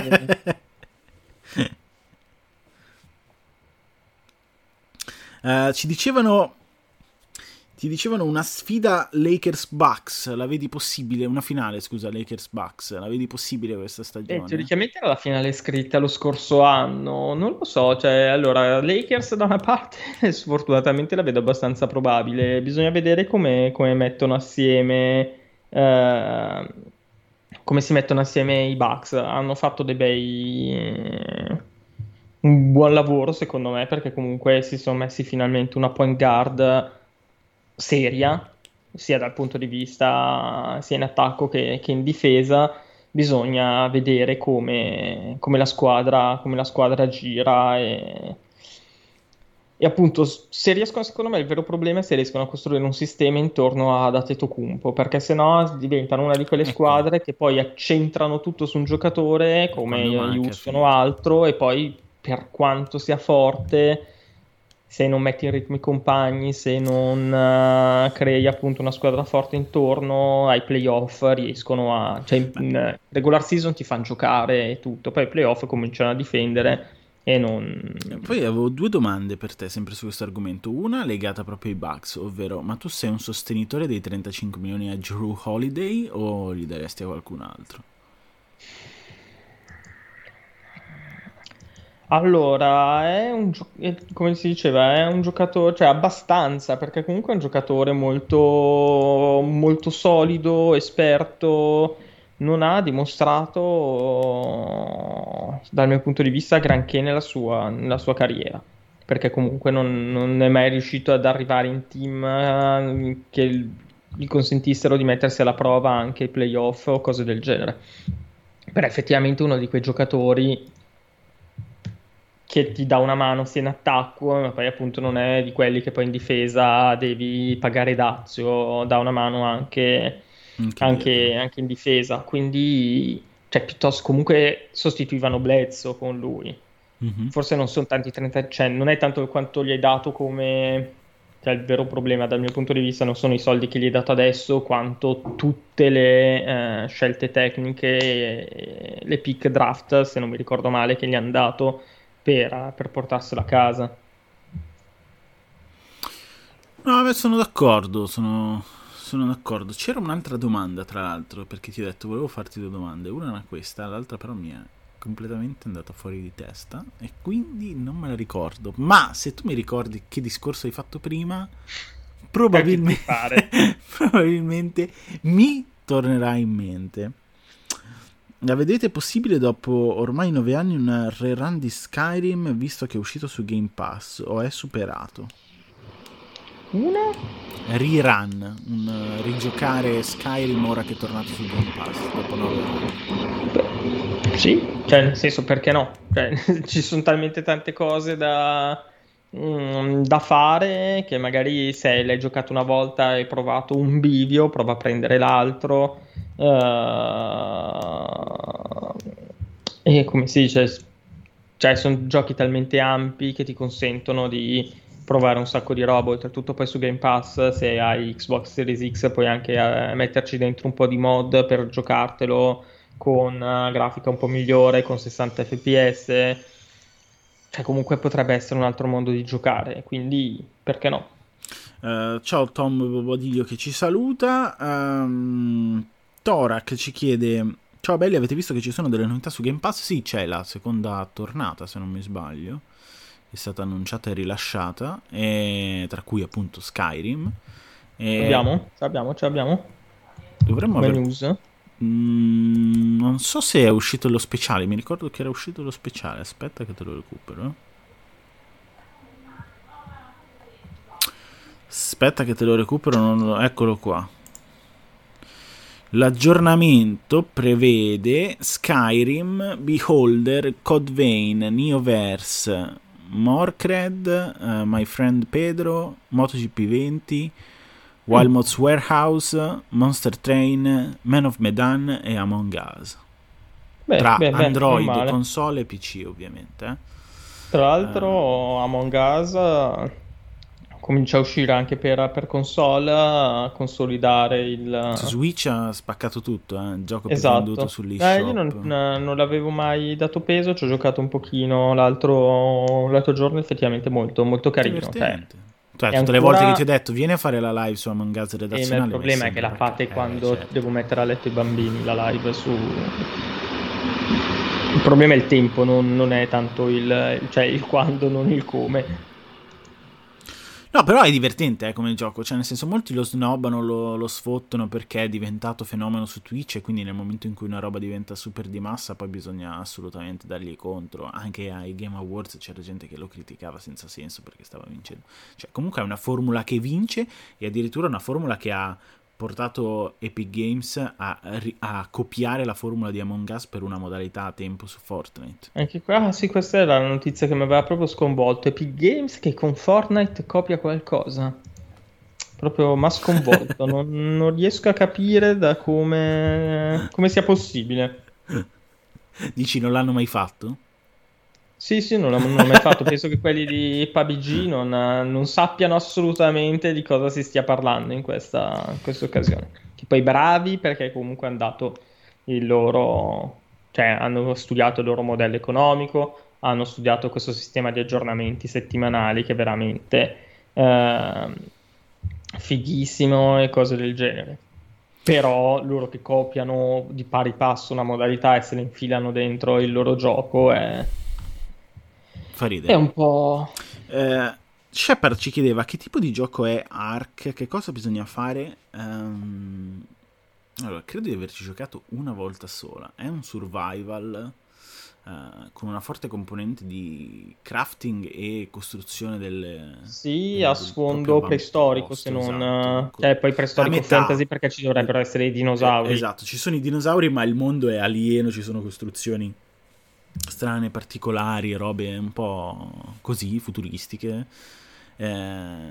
Uh, ci dicevano ti dicevano una sfida Lakers-Bucks, la vedi possibile? Una finale, scusa, Lakers-Bucks, la vedi possibile questa Eh, stagione? teoricamente era la finale scritta lo scorso anno, non lo so, cioè, allora, Lakers da una parte sfortunatamente la vedo abbastanza probabile, bisogna vedere come, come mettono assieme, eh, come si mettono assieme i Bucks, hanno fatto dei bei, un buon lavoro secondo me, perché comunque si sono messi finalmente una point guard seria, sia dal punto di vista sia in attacco che, che in difesa. Bisogna vedere come, come la squadra, come la squadra gira e, e appunto se riescono, secondo me il vero problema è se riescono a costruire un sistema intorno ad Antetokounmpo, perché sennò diventano una di quelle Ecco, squadre che poi accentrano tutto su un giocatore e quando come manca è Houston o finita. altro, e poi per quanto sia forte, se non metti in ritmo i compagni, se non eh, crei appunto una squadra forte intorno, ai playoff riescono a... cioè in, Beh, in regular season ti fanno giocare e tutto, poi ai playoff cominciano a difendere e non... poi avevo due domande per te sempre su questo argomento. Una legata proprio ai Bucks, ovvero, ma tu sei un sostenitore dei trentacinque milioni a Drew Holiday o li daresti a qualcun altro? Allora, è un gio- è- come si diceva, è un giocatore, cioè abbastanza, perché comunque è un giocatore molto, molto solido, esperto, non ha dimostrato, dal mio punto di vista, granché nella sua, nella sua carriera, perché comunque non, non è mai riuscito ad arrivare in team eh, che gli consentissero di mettersi alla prova anche ai playoff o cose del genere. Però effettivamente uno di quei giocatori che ti dà una mano sia in attacco, ma poi appunto non è di quelli che poi in difesa devi pagare dazio, dà una mano anche, Anche dietro. anche, anche in difesa, quindi cioè, piuttosto comunque sostituivano Bledsoe con lui. Mhm. Forse non sono tanti trenta, cioè non è tanto quanto gli hai dato come, cioè il vero problema dal mio punto di vista non sono i soldi che gli hai dato adesso, quanto tutte le eh, scelte tecniche, e le pick draft, se non mi ricordo male, che gli hanno dato per, per portarselo a casa. No, beh, sono d'accordo, sono, sono d'accordo. C'era un'altra domanda, tra l'altro, perché ti ho detto, volevo farti due domande. Una era questa, l'altra però mi è completamente andata fuori di testa e quindi non me la ricordo. Ma se tu mi ricordi che discorso hai fatto prima, Che puoi probabilmente, fare? probabilmente mi tornerà in mente. La vedete possibile dopo ormai nove anni un rerun di Skyrim visto che è uscito su Game Pass o è superato? Una? Rerun, un eh, rigiocare Skyrim ora che è tornato su Game Pass dopo nove anni. Beh, sì, cioè nel senso perché no? Cioè, ci sono talmente tante cose da, mm, da fare che magari se l'hai giocato una volta e hai provato un bivio, prova a prendere l'altro. eh, e come si dice, cioè sono giochi talmente ampi che ti consentono di provare un sacco di roba. Oltretutto poi su Game Pass, se hai Xbox Series X, puoi anche eh, metterci dentro un po' di mod per giocartelo con uh, grafica un po' migliore, con sessanta F P S. Cioè comunque potrebbe essere un altro modo di giocare, quindi perché no? Uh, ciao Tom Bobadilio che ci saluta. Um, Torak ci chiede: ciao belli, avete visto che ci sono delle novità su Game Pass? Sì, c'è la seconda tornata, se non mi sbaglio. È stata annunciata e rilasciata, e, tra cui appunto Skyrim. Ce E l'abbiamo? Ce l'abbiamo? Ce l'abbiamo? dovremmo Come aver. news? Mm, non so se è uscito lo speciale. Mi ricordo che era uscito lo speciale. Aspetta che te lo recupero. Aspetta che te lo recupero. Non lo... Eccolo qua. L'aggiornamento prevede Skyrim, Beholder, Code Vein, Neoverse, Morcred, uh, My Friend Pedro, MotoGP venti, Wild Mm. Mods Warehouse, Monster Train, Man of Medan e Among Us. Beh, Tra beh, beh, non Android, male. console e P C ovviamente. Tra Eh. Uh, l'altro Among Us, comincia a uscire anche per, per console, a consolidare il... Su Switch ha spaccato tutto, eh? Il gioco più venduto Esatto. Eh, io non, sull'eShop. non l'avevo mai dato peso, ci ho giocato un pochino l'altro, l'altro giorno, effettivamente molto, molto carino. Cioè, Divertente. Cioè, è tutte le ancora... volte che ti ho detto vieni a fare la live su Among Us E il redazionale, mi problema è che sembra la perché... fate Eh, quando certo. devo mettere a letto i bambini, la live su... Il problema è il tempo, non, non è tanto il, cioè il quando, non il come. No, però è divertente eh, come gioco, cioè nel senso molti lo snobbano, lo, lo sfottano perché è diventato fenomeno su Twitch e quindi nel momento in cui una roba diventa super di massa poi bisogna assolutamente dargli contro. Anche ai Game Awards c'era gente che lo criticava senza senso perché stava vincendo. Cioè comunque è una formula che vince e addirittura una formula che ha portato Epic Games a, a copiare la formula di Among Us per una modalità a tempo su Fortnite. Anche qua, ah, sì, questa era la notizia che mi aveva proprio sconvolto. Epic Games che con Fortnite copia qualcosa. Proprio mi ha sconvolto. Non, non riesco a capire da come, come sia possibile. Dici non l'hanno mai fatto? Sì, sì, non l'ho, non l'ho mai fatto. Penso che quelli di P U B G non, non sappiano assolutamente di cosa si stia parlando in questa, in questa occasione. Che poi bravi perché comunque hanno dato il loro, cioè hanno studiato il loro modello economico, hanno studiato questo sistema di aggiornamenti settimanali che è veramente eh, fighissimo e cose del genere. Però loro che copiano di pari passo una modalità e se la infilano dentro il loro gioco è Fa è ridere. un po'... Eh, Shepard ci chiedeva che tipo di gioco è Ark, che cosa bisogna fare. Ehm, allora, credo di averci giocato una volta sola. È un survival eh, con una forte componente di crafting e costruzione delle, Sì, del, a del proprio sfondo preistorico, se avamposto, non... esatto. Cioè, poi A preistorico metà. fantasy perché ci dovrebbero essere i Eh, dinosauri. esatto, ci sono i dinosauri, ma il mondo è alieno, ci sono costruzioni strane, particolari, robe un po' così, futuristiche. Eh,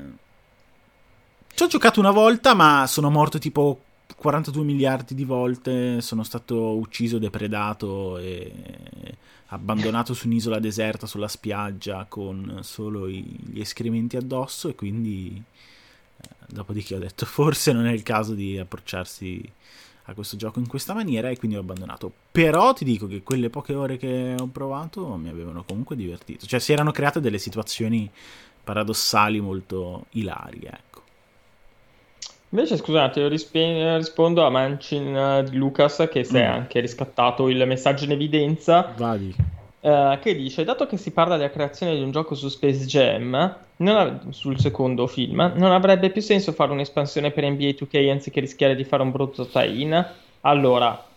ci ho giocato una volta, ma sono morto tipo quarantadue miliardi di volte. Sono stato ucciso, depredato e abbandonato su un'isola deserta sulla spiaggia con solo i- gli escrementi addosso. E quindi, eh, dopodiché, ho detto: forse non è il caso di approcciarsi a questo gioco in questa maniera. E quindi ho abbandonato. Però ti dico che quelle poche ore che ho provato mi avevano comunque divertito. Cioè, si erano create delle situazioni paradossali molto ilari, ecco. Invece, scusate, io rispe- rispondo a Manchin eh, di Lucas che si è Mm, anche riscattato il messaggio in evidenza, vadi. eh, che dice, dato che si parla della creazione di un gioco su Space Jam, non av- sul secondo film, non avrebbe più senso fare un'espansione per N B A due K anziché rischiare di fare un brutto tie-in? Allora,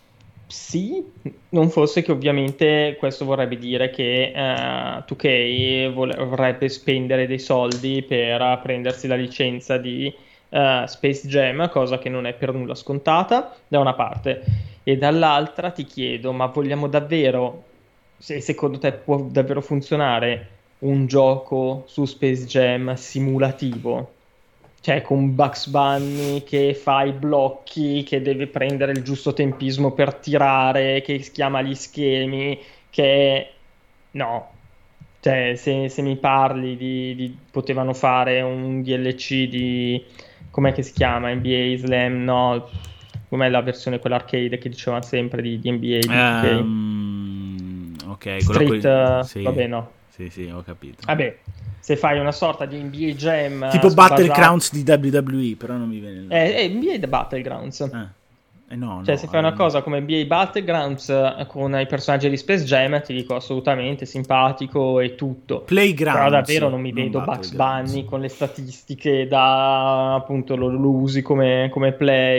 sì, non fosse che ovviamente questo vorrebbe dire che eh, due K vole- vorrebbe spendere dei soldi per prendersi la licenza di eh, Space Jam, cosa che non è per nulla scontata, da una parte. E dall'altra ti chiedo, ma vogliamo davvero, se secondo te può davvero funzionare un gioco su Space Jam simulativo? Cioè, con Bugs Bunny che fa i blocchi, che deve prendere il giusto tempismo per tirare, che schiama gli schemi, che... No. Cioè, se, se mi parli di, di... potevano fare un D L C di... com'è che si chiama? N B A Slam? No. Com'è la versione quella arcade che dicevano sempre di, di N B A di due K? Ehm, ok, quello Street... qui. eh, Sì, vabbè, no. sì, sì, ho capito. Vabbè, se fai una sorta di N B A Jam Tipo eh, basato... Battlegrounds di W W E, però non mi viene il Eh, nome. è N B A The Battlegrounds. Eh, eh no, Cioè, se no. fai una ehm, cosa come N B A Battlegrounds eh, con i personaggi di Space Jam, ti dico assolutamente simpatico e tutto. Però Playgrounds, davvero non mi non vedo Bugs Battlegrounds. Bunny con le statistiche da appunto lo, lo usi come, come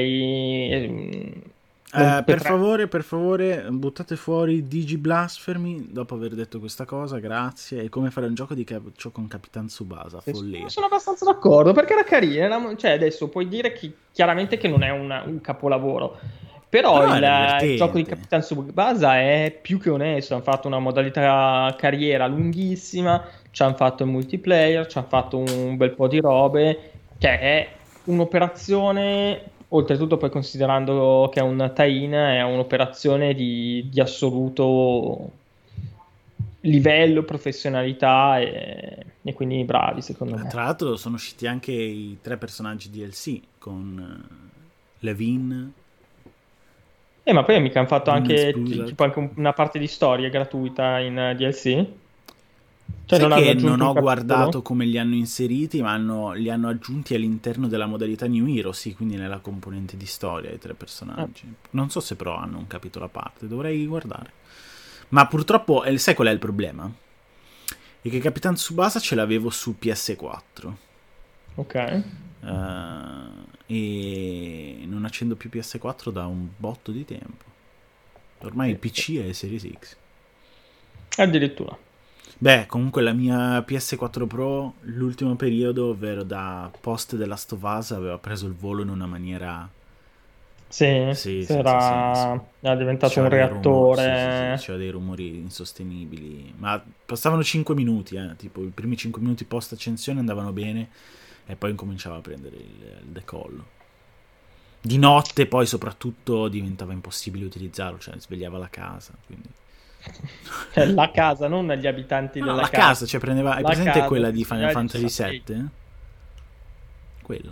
play. ehm, Non Eh, per potrei. favore, per favore, buttate fuori Digi Blasphemy dopo aver detto questa cosa, grazie. E come fare un gioco di cap- gioco con Capitan Tsubasa, Sono follia. sono abbastanza d'accordo perché era carina. era- Cioè, adesso puoi dire chi- chiaramente che non è una- un capolavoro, però Però il, era il gioco di divertente. Capitan Tsubasa è più che onesto. Hanno fatto una modalità carriera lunghissima, ci hanno fatto il multiplayer, ci hanno fatto un bel po' di robe. Cioè, è un'operazione. Oltretutto, poi considerando che è un tie-in, è un'operazione di, di assoluto livello, professionalità e, e quindi bravi secondo me. Tra l'altro sono usciti anche i tre personaggi D L C con uh, Levin. Eh, ma poi mica hanno fatto anche, Spuzak. tipo anche una parte di storia gratuita in uh, D L C? Cioè Sai non che hanno non ho un guardato come li hanno inseriti, ma hanno, li hanno aggiunti all'interno della modalità New Hero, sì, quindi nella componente di storia i tre personaggi. Ah. Non so se però hanno un capitolo a parte, dovrei guardare. Ma purtroppo, eh, sai qual è il problema? È che Capitan Tsubasa ce l'avevo su P S quattro. Ok. Uh, e non accendo più P S quattro da un botto di tempo. Ormai il P C è Series X. Addirittura. Beh, comunque la mia P S quattro Pro, l'ultimo periodo, ovvero da post della Last of Us, aveva preso il volo in una maniera... Sì, sì, sì, era... sì, sì, sì. È diventato c'era un reattore. Rumori, sì, sì, sì, c'era dei rumori insostenibili. Ma passavano cinque minuti, eh, tipo i primi cinque minuti post accensione andavano bene e poi incominciava a prendere il, il decollo. Di notte poi soprattutto diventava impossibile utilizzarlo, cioè svegliava la casa, quindi... La casa, non gli abitanti no, della la casa. casa, cioè prendeva, hai presente casa, quella di Final Fantasy sette? Quella.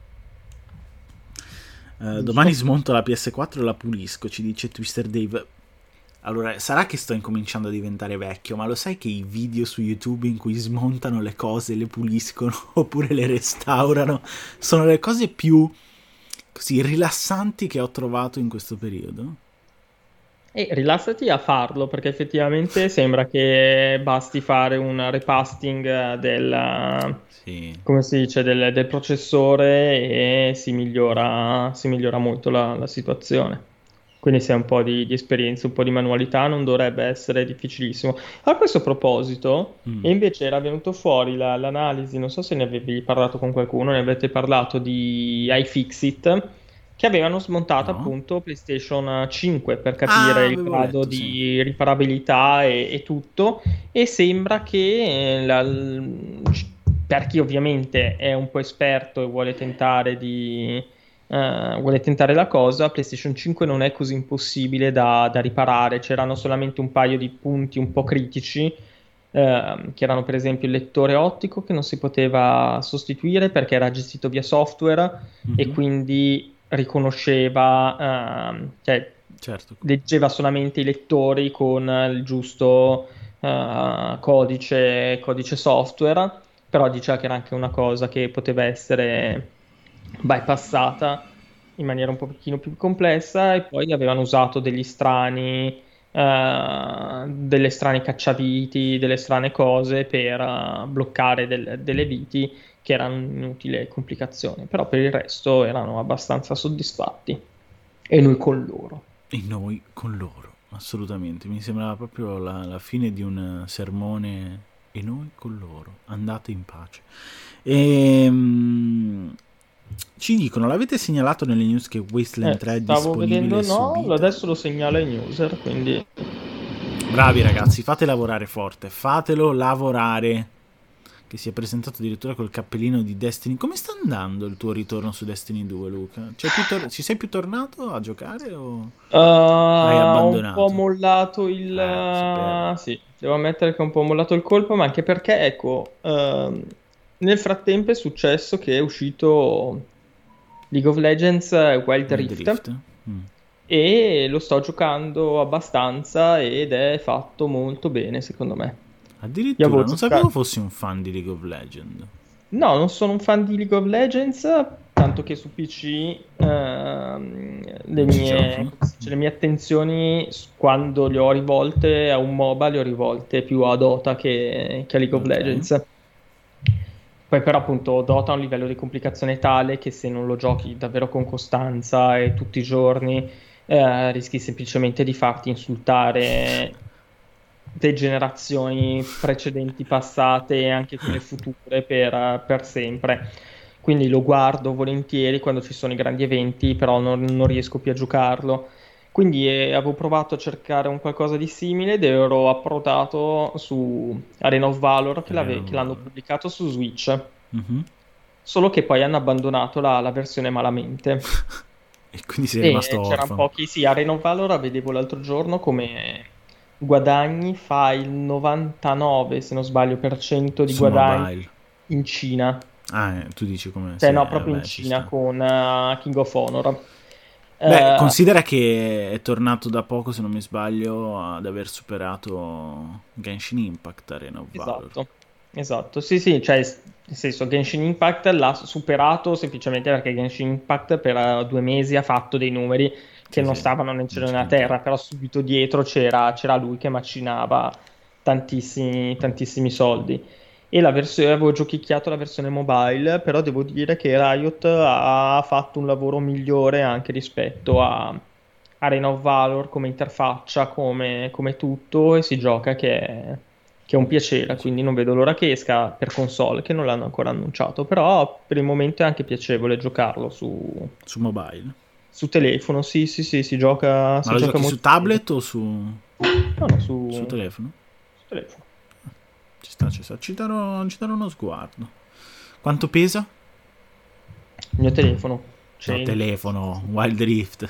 Uh, domani smonto la P S quattro e la pulisco, ci dice Twister Dave. Allora, sarà che sto incominciando a diventare vecchio, ma lo sai che i video su YouTube in cui smontano le cose, le puliscono oppure le restaurano sono le cose più così rilassanti che ho trovato in questo periodo? E rilassati a farlo, perché effettivamente sembra che basti fare un repasting del, sì. come si dice, del, del processore e si migliora, si migliora molto la, la situazione. Quindi se hai un po' di, di esperienza, un po' di manualità, non dovrebbe essere difficilissimo. A questo proposito, mm. invece era venuto fuori la, l'analisi, non so se ne avevi parlato con qualcuno, ne avete parlato di iFixit, che avevano smontato no. appunto PlayStation cinque per capire ah, il grado letto, di sì. riparabilità e, e tutto, e sembra che la, per chi ovviamente è un po' esperto e vuole tentare di uh, vuole tentare la cosa, PlayStation cinque non è così impossibile da, da riparare. C'erano solamente un paio di punti un po' critici, uh, che erano per esempio il lettore ottico che non si poteva sostituire perché era gestito via software mm-hmm. e quindi riconosceva, uh, cioè certo. leggeva solamente i lettori con il giusto uh, codice, codice software, però diceva che era anche una cosa che poteva essere bypassata in maniera un pochino più complessa, e poi avevano usato degli strani uh, delle strane cacciaviti, delle strane cose per uh, bloccare del, delle viti che erano un'inutile complicazione, però per il resto erano abbastanza soddisfatti, e noi con loro. E noi con loro, assolutamente. Mi sembrava proprio la, la fine di un sermone. E noi con loro, andate in pace. E, um, ci dicono, l'avete segnalato nelle news che Wasteland eh, tre è disponibile vedendo, su no, adesso lo segnalo ai user, quindi... Bravi ragazzi, fate lavorare forte, fatelo lavorare. Che si è presentato addirittura col cappellino di Destiny. Come sta andando il tuo ritorno su Destiny due, Luca? Cioè, più tor- ci sei più tornato a giocare o uh, hai abbandonato? Ho un po' mollato il... Eh, sì, devo ammettere che ho un po' mollato il colpo, ma anche perché, ecco, uh, nel frattempo è successo che è uscito League of Legends Wild Rift, Rift. Mm. e lo sto giocando abbastanza ed è fatto molto bene, secondo me. Addirittura non giocato... sapevo fossi un fan di League of Legends. No, non sono un fan di League of Legends, tanto che su P C ehm, le, mie, cioè, le mie attenzioni, quando le ho rivolte a un MOBA, le ho rivolte più a Dota che, che a League of okay. Legends. Poi però appunto Dota ha un livello di complicazione tale che se non lo giochi davvero con costanza e tutti i giorni eh, rischi semplicemente di farti insultare le generazioni precedenti, passate e anche quelle future per, per sempre. Quindi lo guardo volentieri quando ci sono i grandi eventi, però non, non riesco più a giocarlo. Quindi eh, avevo provato a cercare un qualcosa di simile ed ero approdato su Arena of Valor, che, l'ave- che l'hanno pubblicato su Switch. Mm-hmm. Solo che poi hanno abbandonato la, la versione malamente. E quindi sei rimasto orfano. C'erano pochi, sì, Arena of Valor vedevo l'altro giorno come guadagni, fa il novantanove, se non sbaglio, per cento di Su guadagni mobile. in Cina. Ah, eh, tu dici come... Cioè, Sì, no, eh, proprio in beh, ci Cina sta. con eh, King of Honor. Beh, Eh, considera che è tornato da poco, se non mi sbaglio, ad aver superato Genshin Impact Arena of Valor. esatto, esatto. Sì, sì, cioè, s- nel senso, Genshin Impact l'ha superato semplicemente perché Genshin Impact per eh, due mesi ha fatto dei numeri che Sì, non sì, stavano né in non cielo né c'è a niente. terra, però subito dietro c'era c'era lui che macinava tantissimi, tantissimi soldi. E la versione, avevo giochicchiato la versione mobile, però devo dire che Riot ha fatto un lavoro migliore anche rispetto a Arena of Valor come interfaccia, come, come tutto, e si gioca che è, che è un piacere, quindi non vedo l'ora che esca per console, che non l'hanno ancora annunciato, però per il momento è anche piacevole giocarlo su, Su mobile. su telefono, sì, sì, sì, si gioca, Ma si lo gioca giochi su molto bene. tablet o su, No, no, su su, telefono? su telefono. Ci sta, ci sta. Ci darò, ci darò uno sguardo. Quanto pesa? Il mio telefono, No, cento. telefono, Wild Rift.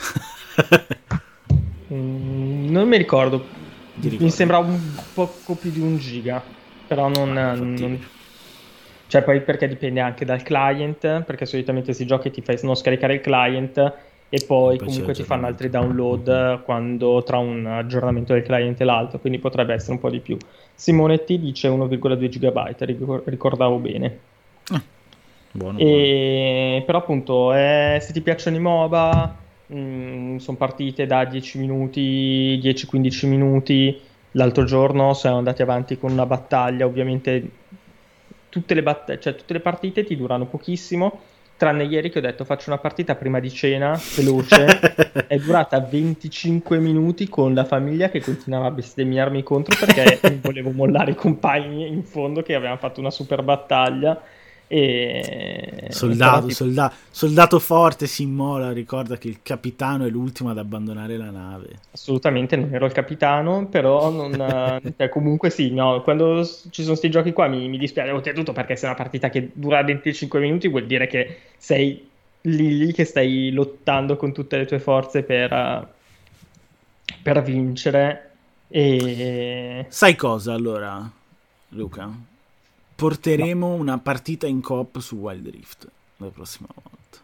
Mm, non mi ricordo, Ti mi ricordi? sembra un poco più di un giga, però non, Vabbè, fattibile. non- cioè poi perché dipende anche dal client, perché solitamente si gioca e ti fai non scaricare il client e E poi poi c'è comunque ti fanno altri l'aggiornamento. download quando tra un aggiornamento del client e l'altro, quindi potrebbe essere un po' di più. Simonetti dice uno virgola due gigabyte, ricor- ricordavo bene. Buono, buono. E, però appunto, eh, se ti piacciono i MOBA, sono partite da dieci minuti, dieci quindici minuti. L'altro giorno siamo andati avanti con una battaglia, ovviamente tutte le, batt- cioè, tutte le partite ti durano pochissimo, tranne ieri che ho detto faccio una partita prima di cena, veloce, è durata venticinque minuti con la famiglia che continuava a bestemmiarmi contro perché non volevo mollare i compagni in fondo che avevano fatto una super battaglia. E... Però Soldato, sì, soldato, soldato forte si immola, ricorda che il capitano è l'ultimo ad abbandonare la nave. assolutamente non ero il capitano, però non, eh, cioè, comunque sì, no, quando s- ci sono questi giochi qua mi, mi dispiace oltretutto perché se è una partita che dura venticinque minuti vuol dire che sei lì, lì che stai lottando con tutte le tue forze per, eh, per vincere e... Sai cosa allora, Luca? No, Porteremo una partita in coop su Wild Rift la prossima volta.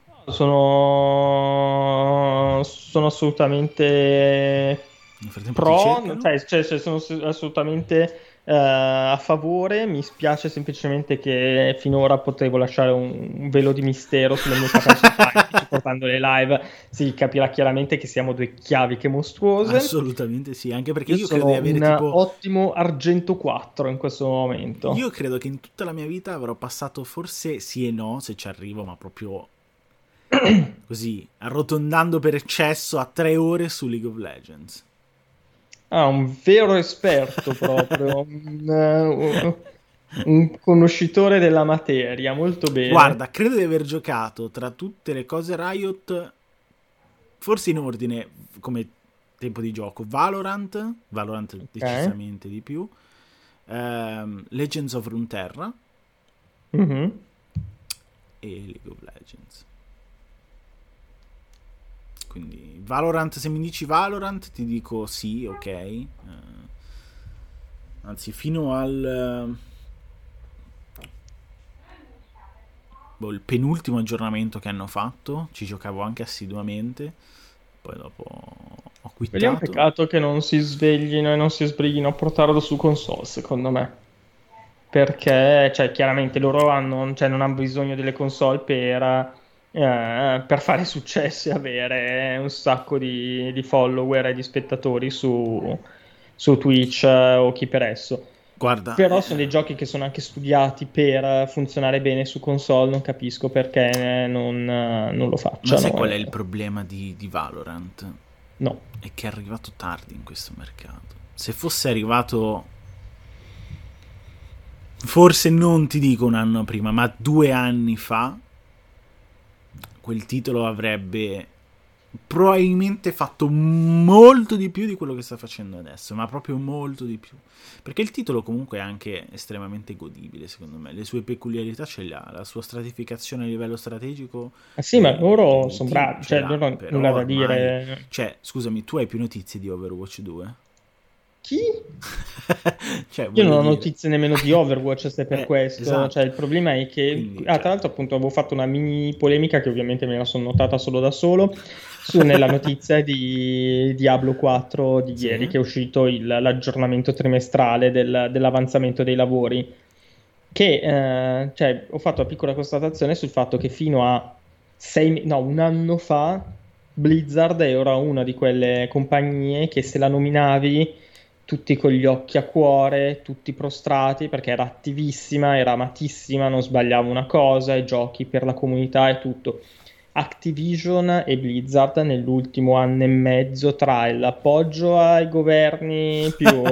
sono, sono assolutamente Nel frattempo ti pro, cercano? cioè, cioè, cioè, sono ass- assolutamente eh, a favore. Mi spiace semplicemente che finora potevo lasciare un, un velo di mistero sulle mie capacità e ci portando le live si capirà chiaramente che siamo due chiaviche mostruose. Assolutamente sì, anche perché Io io credo di sono avere un tipo... ottimo argento quattro in questo Io momento. credo che in tutta la mia vita avrò passato forse sì e no, se ci arrivo, ma proprio così, arrotondando per eccesso a tre ore su League of Legends. Ah, un vero esperto proprio, un, eh, un conoscitore della materia, molto bene. Guarda, credo di aver giocato tra tutte le cose Riot, forse in ordine come tempo di gioco, Valorant, Valorant Ok. decisamente di più, ehm, Legends of Runeterra Mhm. e League of Legends. Quindi Valorant, se mi dici Valorant ti dico sì, ok. Eh, anzi, fino al boh, il penultimo aggiornamento che hanno fatto ci giocavo anche assiduamente. Poi dopo ho Quelli è un quittato. peccato che non si sveglino e non si sbrighino a portarlo su console, secondo me. Perché, cioè, chiaramente loro hanno, cioè, non hanno bisogno delle console per, eh, per fare successo e avere un sacco di, di follower e di spettatori su, su Twitch, eh, o chi per esso. Guarda, Però sono dei eh, giochi che sono anche studiati per funzionare bene su console, non capisco perché non, non lo ma sai facciano. qual è eh. il problema di, di Valorant? No. È che è arrivato tardi in questo mercato. Se fosse arrivato, forse non ti dico un anno prima, ma due anni fa, quel titolo avrebbe probabilmente fatto molto di più di quello che sta facendo adesso, ma proprio molto di più. Perché il titolo comunque è anche estremamente godibile, secondo me. Le sue peculiarità ce le ha, la sua stratificazione a livello strategico Ah, sì, ma e, loro e sono team bravi, ce cioè l'ha. loro hanno Però nulla da ormai... dire. Cioè, scusami, tu hai più notizie di Overwatch due? Chi? Cioè, Io non voglio ho dire... notizie nemmeno di Overwatch se per Eh, questo, esatto. cioè il problema è che, Quindi, ah, cioè... tra l'altro appunto avevo fatto una mini polemica che ovviamente me la sono notata solo da solo, su nella notizia di Diablo quattro di Sì? ieri che è uscito il- l'aggiornamento trimestrale del- dell'avanzamento dei lavori, che eh, cioè, ho fatto una piccola constatazione sul fatto che fino a sei, me- no, un anno fa Blizzard era una di quelle compagnie che se la nominavi tutti con gli occhi a cuore, tutti prostrati, perché era attivissima, era amatissima, non sbagliava una cosa, i giochi per la comunità e tutto. Activision e Blizzard nell'ultimo anno e mezzo tra l'appoggio ai governi più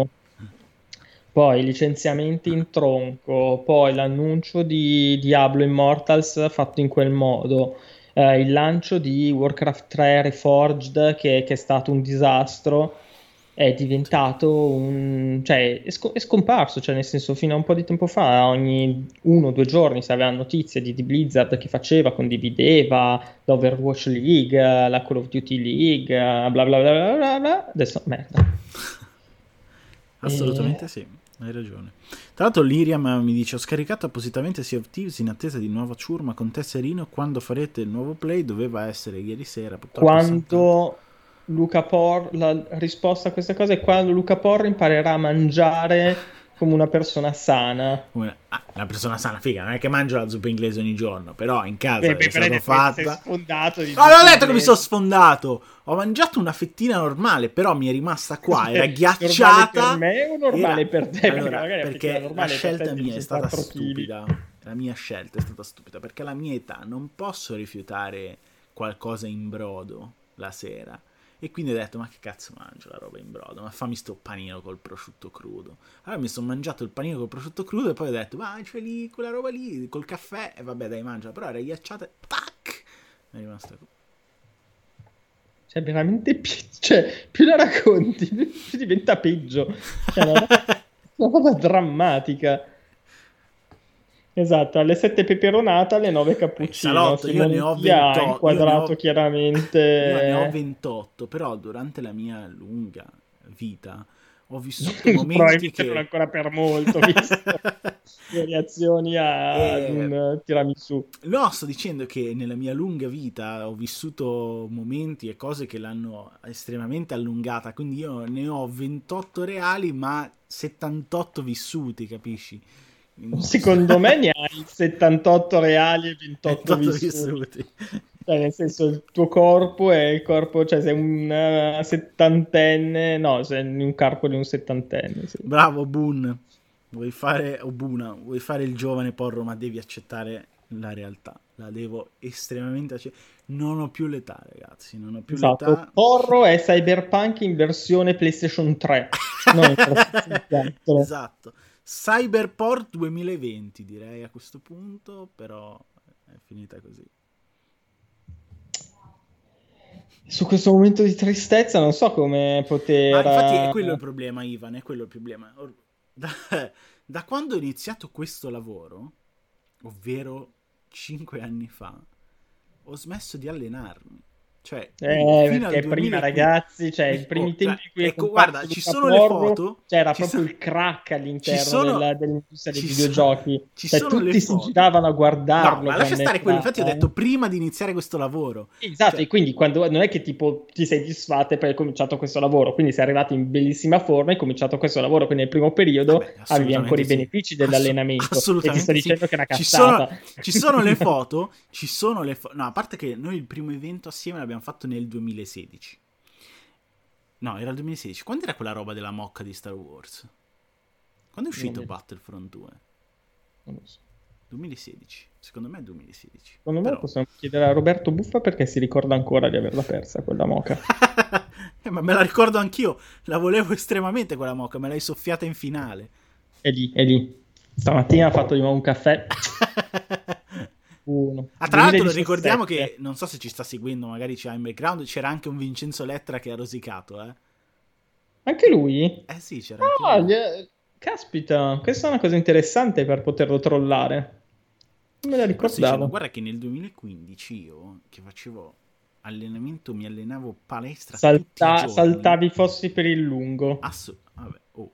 poi licenziamenti in tronco, poi l'annuncio di Diablo Immortals fatto in quel modo, eh, il lancio di Warcraft tre Reforged che, che è stato un disastro, è Sì. diventato un... cioè è, sco- è scomparso, cioè nel senso fino a un po' di tempo fa, ogni uno o due giorni si aveva notizie di, di Blizzard che faceva, condivideva l'Overwatch League, la Call of Duty League, bla bla bla bla bla, bla. Adesso merda. E... Assolutamente sì, hai ragione. Tra l'altro Liriam mi dice: ho scaricato appositamente Sea of Thieves in attesa di nuova ciurma con te Serino. Quando farete il nuovo play? Doveva essere ieri sera, purtroppo è saltato. Quando Luca Por, la risposta a questa cosa è quando Luca Porro imparerà a mangiare come una persona sana. Una, ah, una persona sana, figa, non è che mangio la zuppa inglese ogni giorno, però in casa Beh, è beh, però hai stato detto che ti sei fatta. sfondato di No, non ho zuppa detto che mi sono inglese. sfondato. Ho mangiato una fettina normale, però mi è rimasta qua, era Normale per ghiacciata. me o Era... normale per te? Perché Allora, magari la fettina perché la normale per te scelta ti mia è dice stata quattro chili. stupida. La mia scelta è stata stupida, perché alla mia età non posso rifiutare qualcosa in brodo la sera. E quindi ho detto, ma che cazzo mangio la roba in brodo? Ma fammi sto panino col prosciutto crudo. Allora mi sono mangiato il panino col prosciutto crudo e poi ho detto, ma c'è lì quella roba lì, col caffè. E vabbè dai, mangia. Però era ghiacciata e tac! Mi è rimasta così. Cioè, veramente, pi- cioè, più la racconti, più più diventa peggio. Cioè, una roba, una roba drammatica. Esatto, alle sette peperonata, alle nove Beh, cappuccino. salotto, io ne Simone ho Pia ha ventotto, io ne inquadrato ho, io ne ho chiaramente... ventotto, però durante la mia lunga vita ho vissuto momenti Probabilmente non che... ancora per molto, visto le reazioni a- ad e... un tiramisù. No, sto dicendo che nella mia lunga vita ho vissuto momenti e cose che l'hanno estremamente allungata, quindi io ne ho ventotto reali, ma settantotto vissuti, capisci? Quindi questo... Secondo me ne hai settantotto reali e ventotto ventotto vissuti. vissuti. Cioè, nel senso, il tuo corpo è il corpo, cioè sei un eh, settantenne, no, sei un corpo di un settantenne, sì. Bravo Boone, vuoi fare Obuna, vuoi fare il giovane porro, ma devi accettare la realtà. La devo estremamente accettare. Non ho più l'età, ragazzi, non ho più Esatto, l'età. Porro è Cyberpunk in versione PlayStation tre, non in PlayStation quattro. Esatto. Cyberport duemilaventi direi a questo punto, però è finita così. Su questo momento di tristezza non so come Ma poter... infatti è quello il eh, problema, Ivan, è quello il problema. Or- Da, da quando ho iniziato questo lavoro, ovvero cinque anni fa, ho smesso di allenarmi. Cioè, io Eh, fino al perché prima, duemilaquindici... ragazzi, cioè, i primi Oh, cla- tempi in cui è ecco, guarda, comparso ci Luca sono le Porro, foto. c'era Ci, so- proprio il crack ci all'interno sono... della- dell'industria dei Ci, so- videogiochi. ci Cioè, sono le tutti si foto. giravano a No, guardarlo ma lascia quando stare quello. Infatti ho entrava. detto prima di iniziare questo lavoro. Esatto, Cioè, e quindi quando, non è che tipo ti sei disfatto e poi hai cominciato questo lavoro, quindi sei arrivato in bellissima forma, hai cominciato quescio lavoro, quindi nel primo periodo vabbè, avevi ancora assolutamente i sì. benefici Assu- dell'allenamento e ti sto assolutamente sì. dicendo che è una Ci sono, cazzata. ci sono le foto. Ci sono le foto. No, a parte che noi il primo evento assieme l'abbiamo fatto nel duemilasedici. No, era il duemilasedici. Quando era quella roba della mocca di Star Wars? Quando è Non uscito mi- Battlefront due? non lo so. duemilasedici. Secondo me è duemilasedici. Secondo me Però... possiamo chiedere a Roberto Buffa perché si ricorda ancora di averla persa quella moca. eh, ma me la ricordo anch'io. La volevo estremamente quella mocca. Me l'hai soffiata in finale. È lì, è lì. Stamattina ha fatto di nuovo un caffè. Uno. Ah, tra l'altro ricordiamo duemiladiciassette. che, non so se ci sta seguendo, magari c'ha in background, c'era anche un Vincenzo Lettra che ha rosicato, eh. Anche lui? Eh sì, c'era anche Ah, lui. gli- caspita, questa è una cosa interessante per poterlo trollare. Non me la Però sto dicendo, ricordavo. guarda che nel duemilaquindici io, che facevo allenamento, mi allenavo palestra tutti i Salta- giorni. saltavi fossi per il lungo. Ass- vabbè, oh,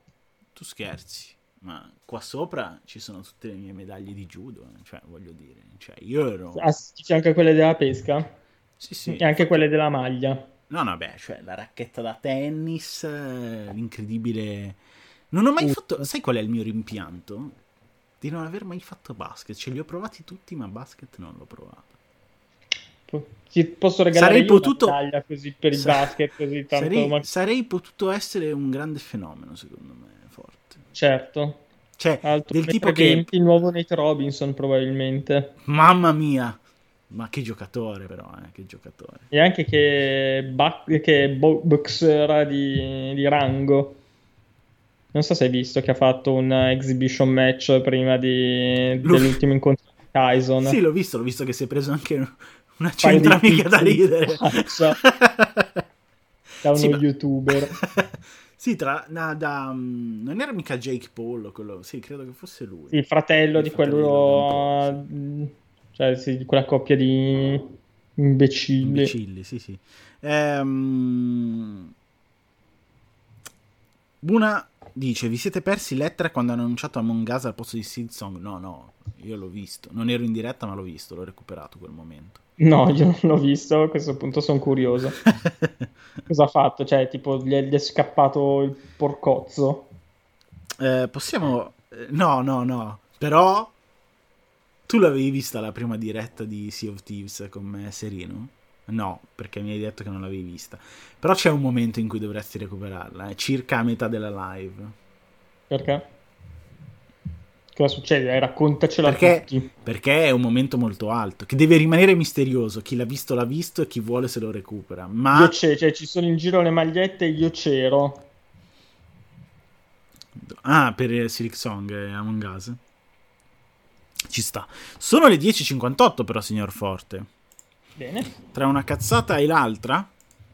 tu scherzi. Ma qua sopra ci sono tutte le mie medaglie di judo, eh. Cioè, voglio dire, cioè, io ero... Ah, c'è anche quelle della pesca? Sì, sì. E anche quelle della maglia? No, no, beh, cioè, la racchetta da tennis, eh, l'incredibile... Non ho mai Uh. fatto... Sai qual è il mio rimpianto? Di non aver mai fatto basket. Cioè, li ho provati tutti, ma basket non l'ho provato. Ti posso regalare Sarei io potuto... una medaglia così per il Sa- basket, così tanto... Sarei... ma- sarei potuto essere un grande fenomeno, secondo me, forte. Certo. Cioè, Alto del tipo uno e venti, che... il nuovo Nate Robinson probabilmente. Mamma mia! Ma che giocatore, però, eh, che giocatore. E anche che, ba- che bo- boxer di, di rango. Non so se hai visto che ha fatto un exhibition match prima di- Lo- dell'ultimo incontro di Tyson. Sì, l'ho visto, l'ho visto che si è preso anche una Paio di centramica da pizze in ridere. faccia da uno Sì, ma- youtuber. Sì, tra, na- da, mm, non era mica Jake Paul, quello, sì, credo che fosse lui. Il fratello Il di fratello di quello, Logan mh, cioè sì, di quella coppia di imbecilli. Imbecilli, sì, sì. Ehm... Buna dice: vi siete persi Lettra quando hanno annunciato Among Us al posto di Silksong? No, no, io l'ho visto. Non ero in diretta, ma l'ho visto, l'ho recuperato quel momento. No, io non l'ho visto, a questo punto sono curioso. Cosa ha fatto? Cioè, tipo, gli è, gli è scappato il porcozzo? Eh, possiamo... eh, No, no, no. Però... Tu l'avevi vista la prima diretta di Sea of Thieves con me, Serino? No, perché mi hai detto che non l'avevi vista. Però c'è un momento in cui dovresti recuperarla, è circa a metà della live. Perché? Cosa succede? Dai, raccontacelo a Perché, tutti. perché è un momento molto alto, che deve rimanere misterioso. Chi l'ha visto l'ha visto e chi vuole se lo recupera. Ma... Io c'è, cioè, ci sono in giro le magliette e io c'ero. Ah, per Silksong e Among Us. Ci sta. Sono le dieci e cinquantotto però, signor Forte. Bene. Tra una cazzata e l'altra...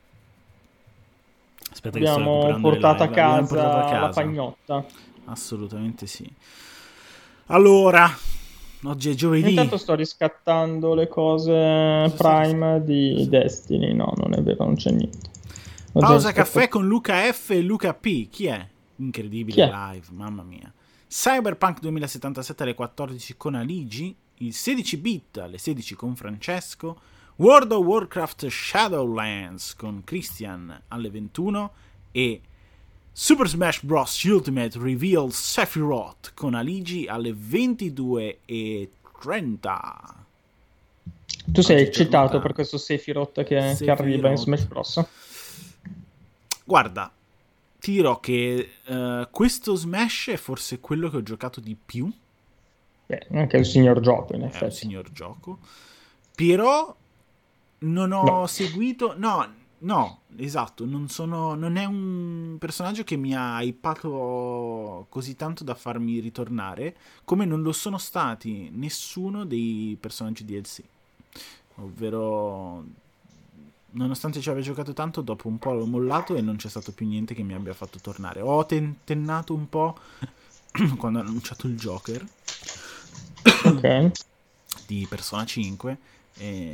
Aspetta che sto Abbiamo recuperando le portato a live. L'abbiamo casa portato a la casa. pagnotta. Assolutamente sì. Allora, oggi è giovedì. Intanto sto riscattando le cose Cosa Prime di Destiny. No, non è vero, non c'è niente. Ho già Pausa riscattato- caffè con Luca F e Luca P. Chi è? Incredibile Chi è? live, mamma mia. Cyberpunk duemilasettantasette alle quattordici con Aligi, il sedici bit alle sedici con Francesco, World of Warcraft Shadowlands con Christian alle ventuno e Super Smash Bros. Ultimate Reveal Sephiroth con Aligi alle ventidue e trenta. Tu sei Oggi eccitato giornata- per questo Sephiroth che, che Sephiroth. arriva in Smash Bros? Guarda, ti dirò che eh, questo Smash è forse quello che ho giocato di più. Beh, anche un signor gioco, in È un effetti. signor gioco. Però non ho No. seguito. No, no, esatto. Non sono. Non è un personaggio che mi ha hypato così tanto da farmi ritornare. Come non lo sono stati nessuno dei personaggi D L C. Ovvero, nonostante ci abbia giocato tanto, dopo un po' l'ho mollato e non c'è stato più niente che mi abbia fatto tornare. Ho tentennato un po' quando hanno annunciato il Joker Ok. di Persona cinque e...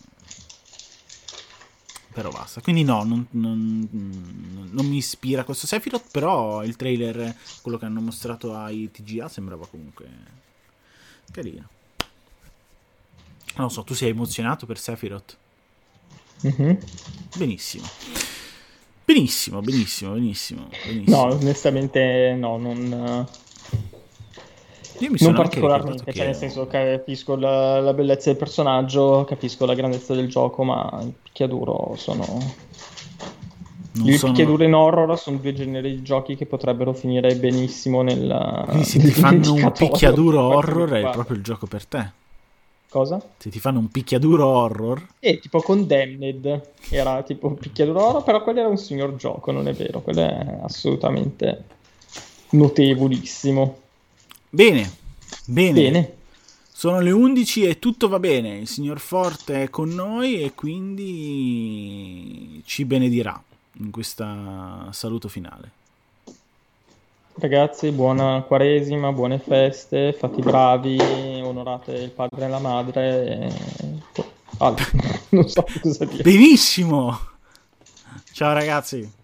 però basta, quindi no, non, non, non mi ispira questo Sephiroth, però il trailer, quello che hanno mostrato ai T G A, sembrava comunque carino. Non lo so, tu sei emozionato per Sephiroth? Mhm. Benissimo, benissimo, benissimo, benissimo, benissimo. No, onestamente no, non, Io mi non sono anche particolarmente, ricordato cioè nel che senso capisco la, la bellezza del personaggio, capisco la grandezza del gioco, ma il picchiaduro sono... non Il sono... picchiaduro in horror sono due generi di giochi che potrebbero finire benissimo nel... Quindi se nel ti fanno un dimenticatoio, picchiaduro per quanto mi horror è riguarda. proprio il gioco per te. Cosa? Se ti fanno un picchiaduro horror... E tipo Condemned era tipo un picchiaduro horror, però quello era un signor gioco, non è vero, quello è assolutamente notevolissimo. Bene, bene. Bene. Sono le undici e tutto va bene. Il signor Forte è con noi e quindi ci benedirà in questa saluto finale. Ragazzi, buona Quaresima, buone feste, fate i bravi, onorate il padre e la madre. E... altro. Non so cosa dire. Benissimo. Ciao ragazzi.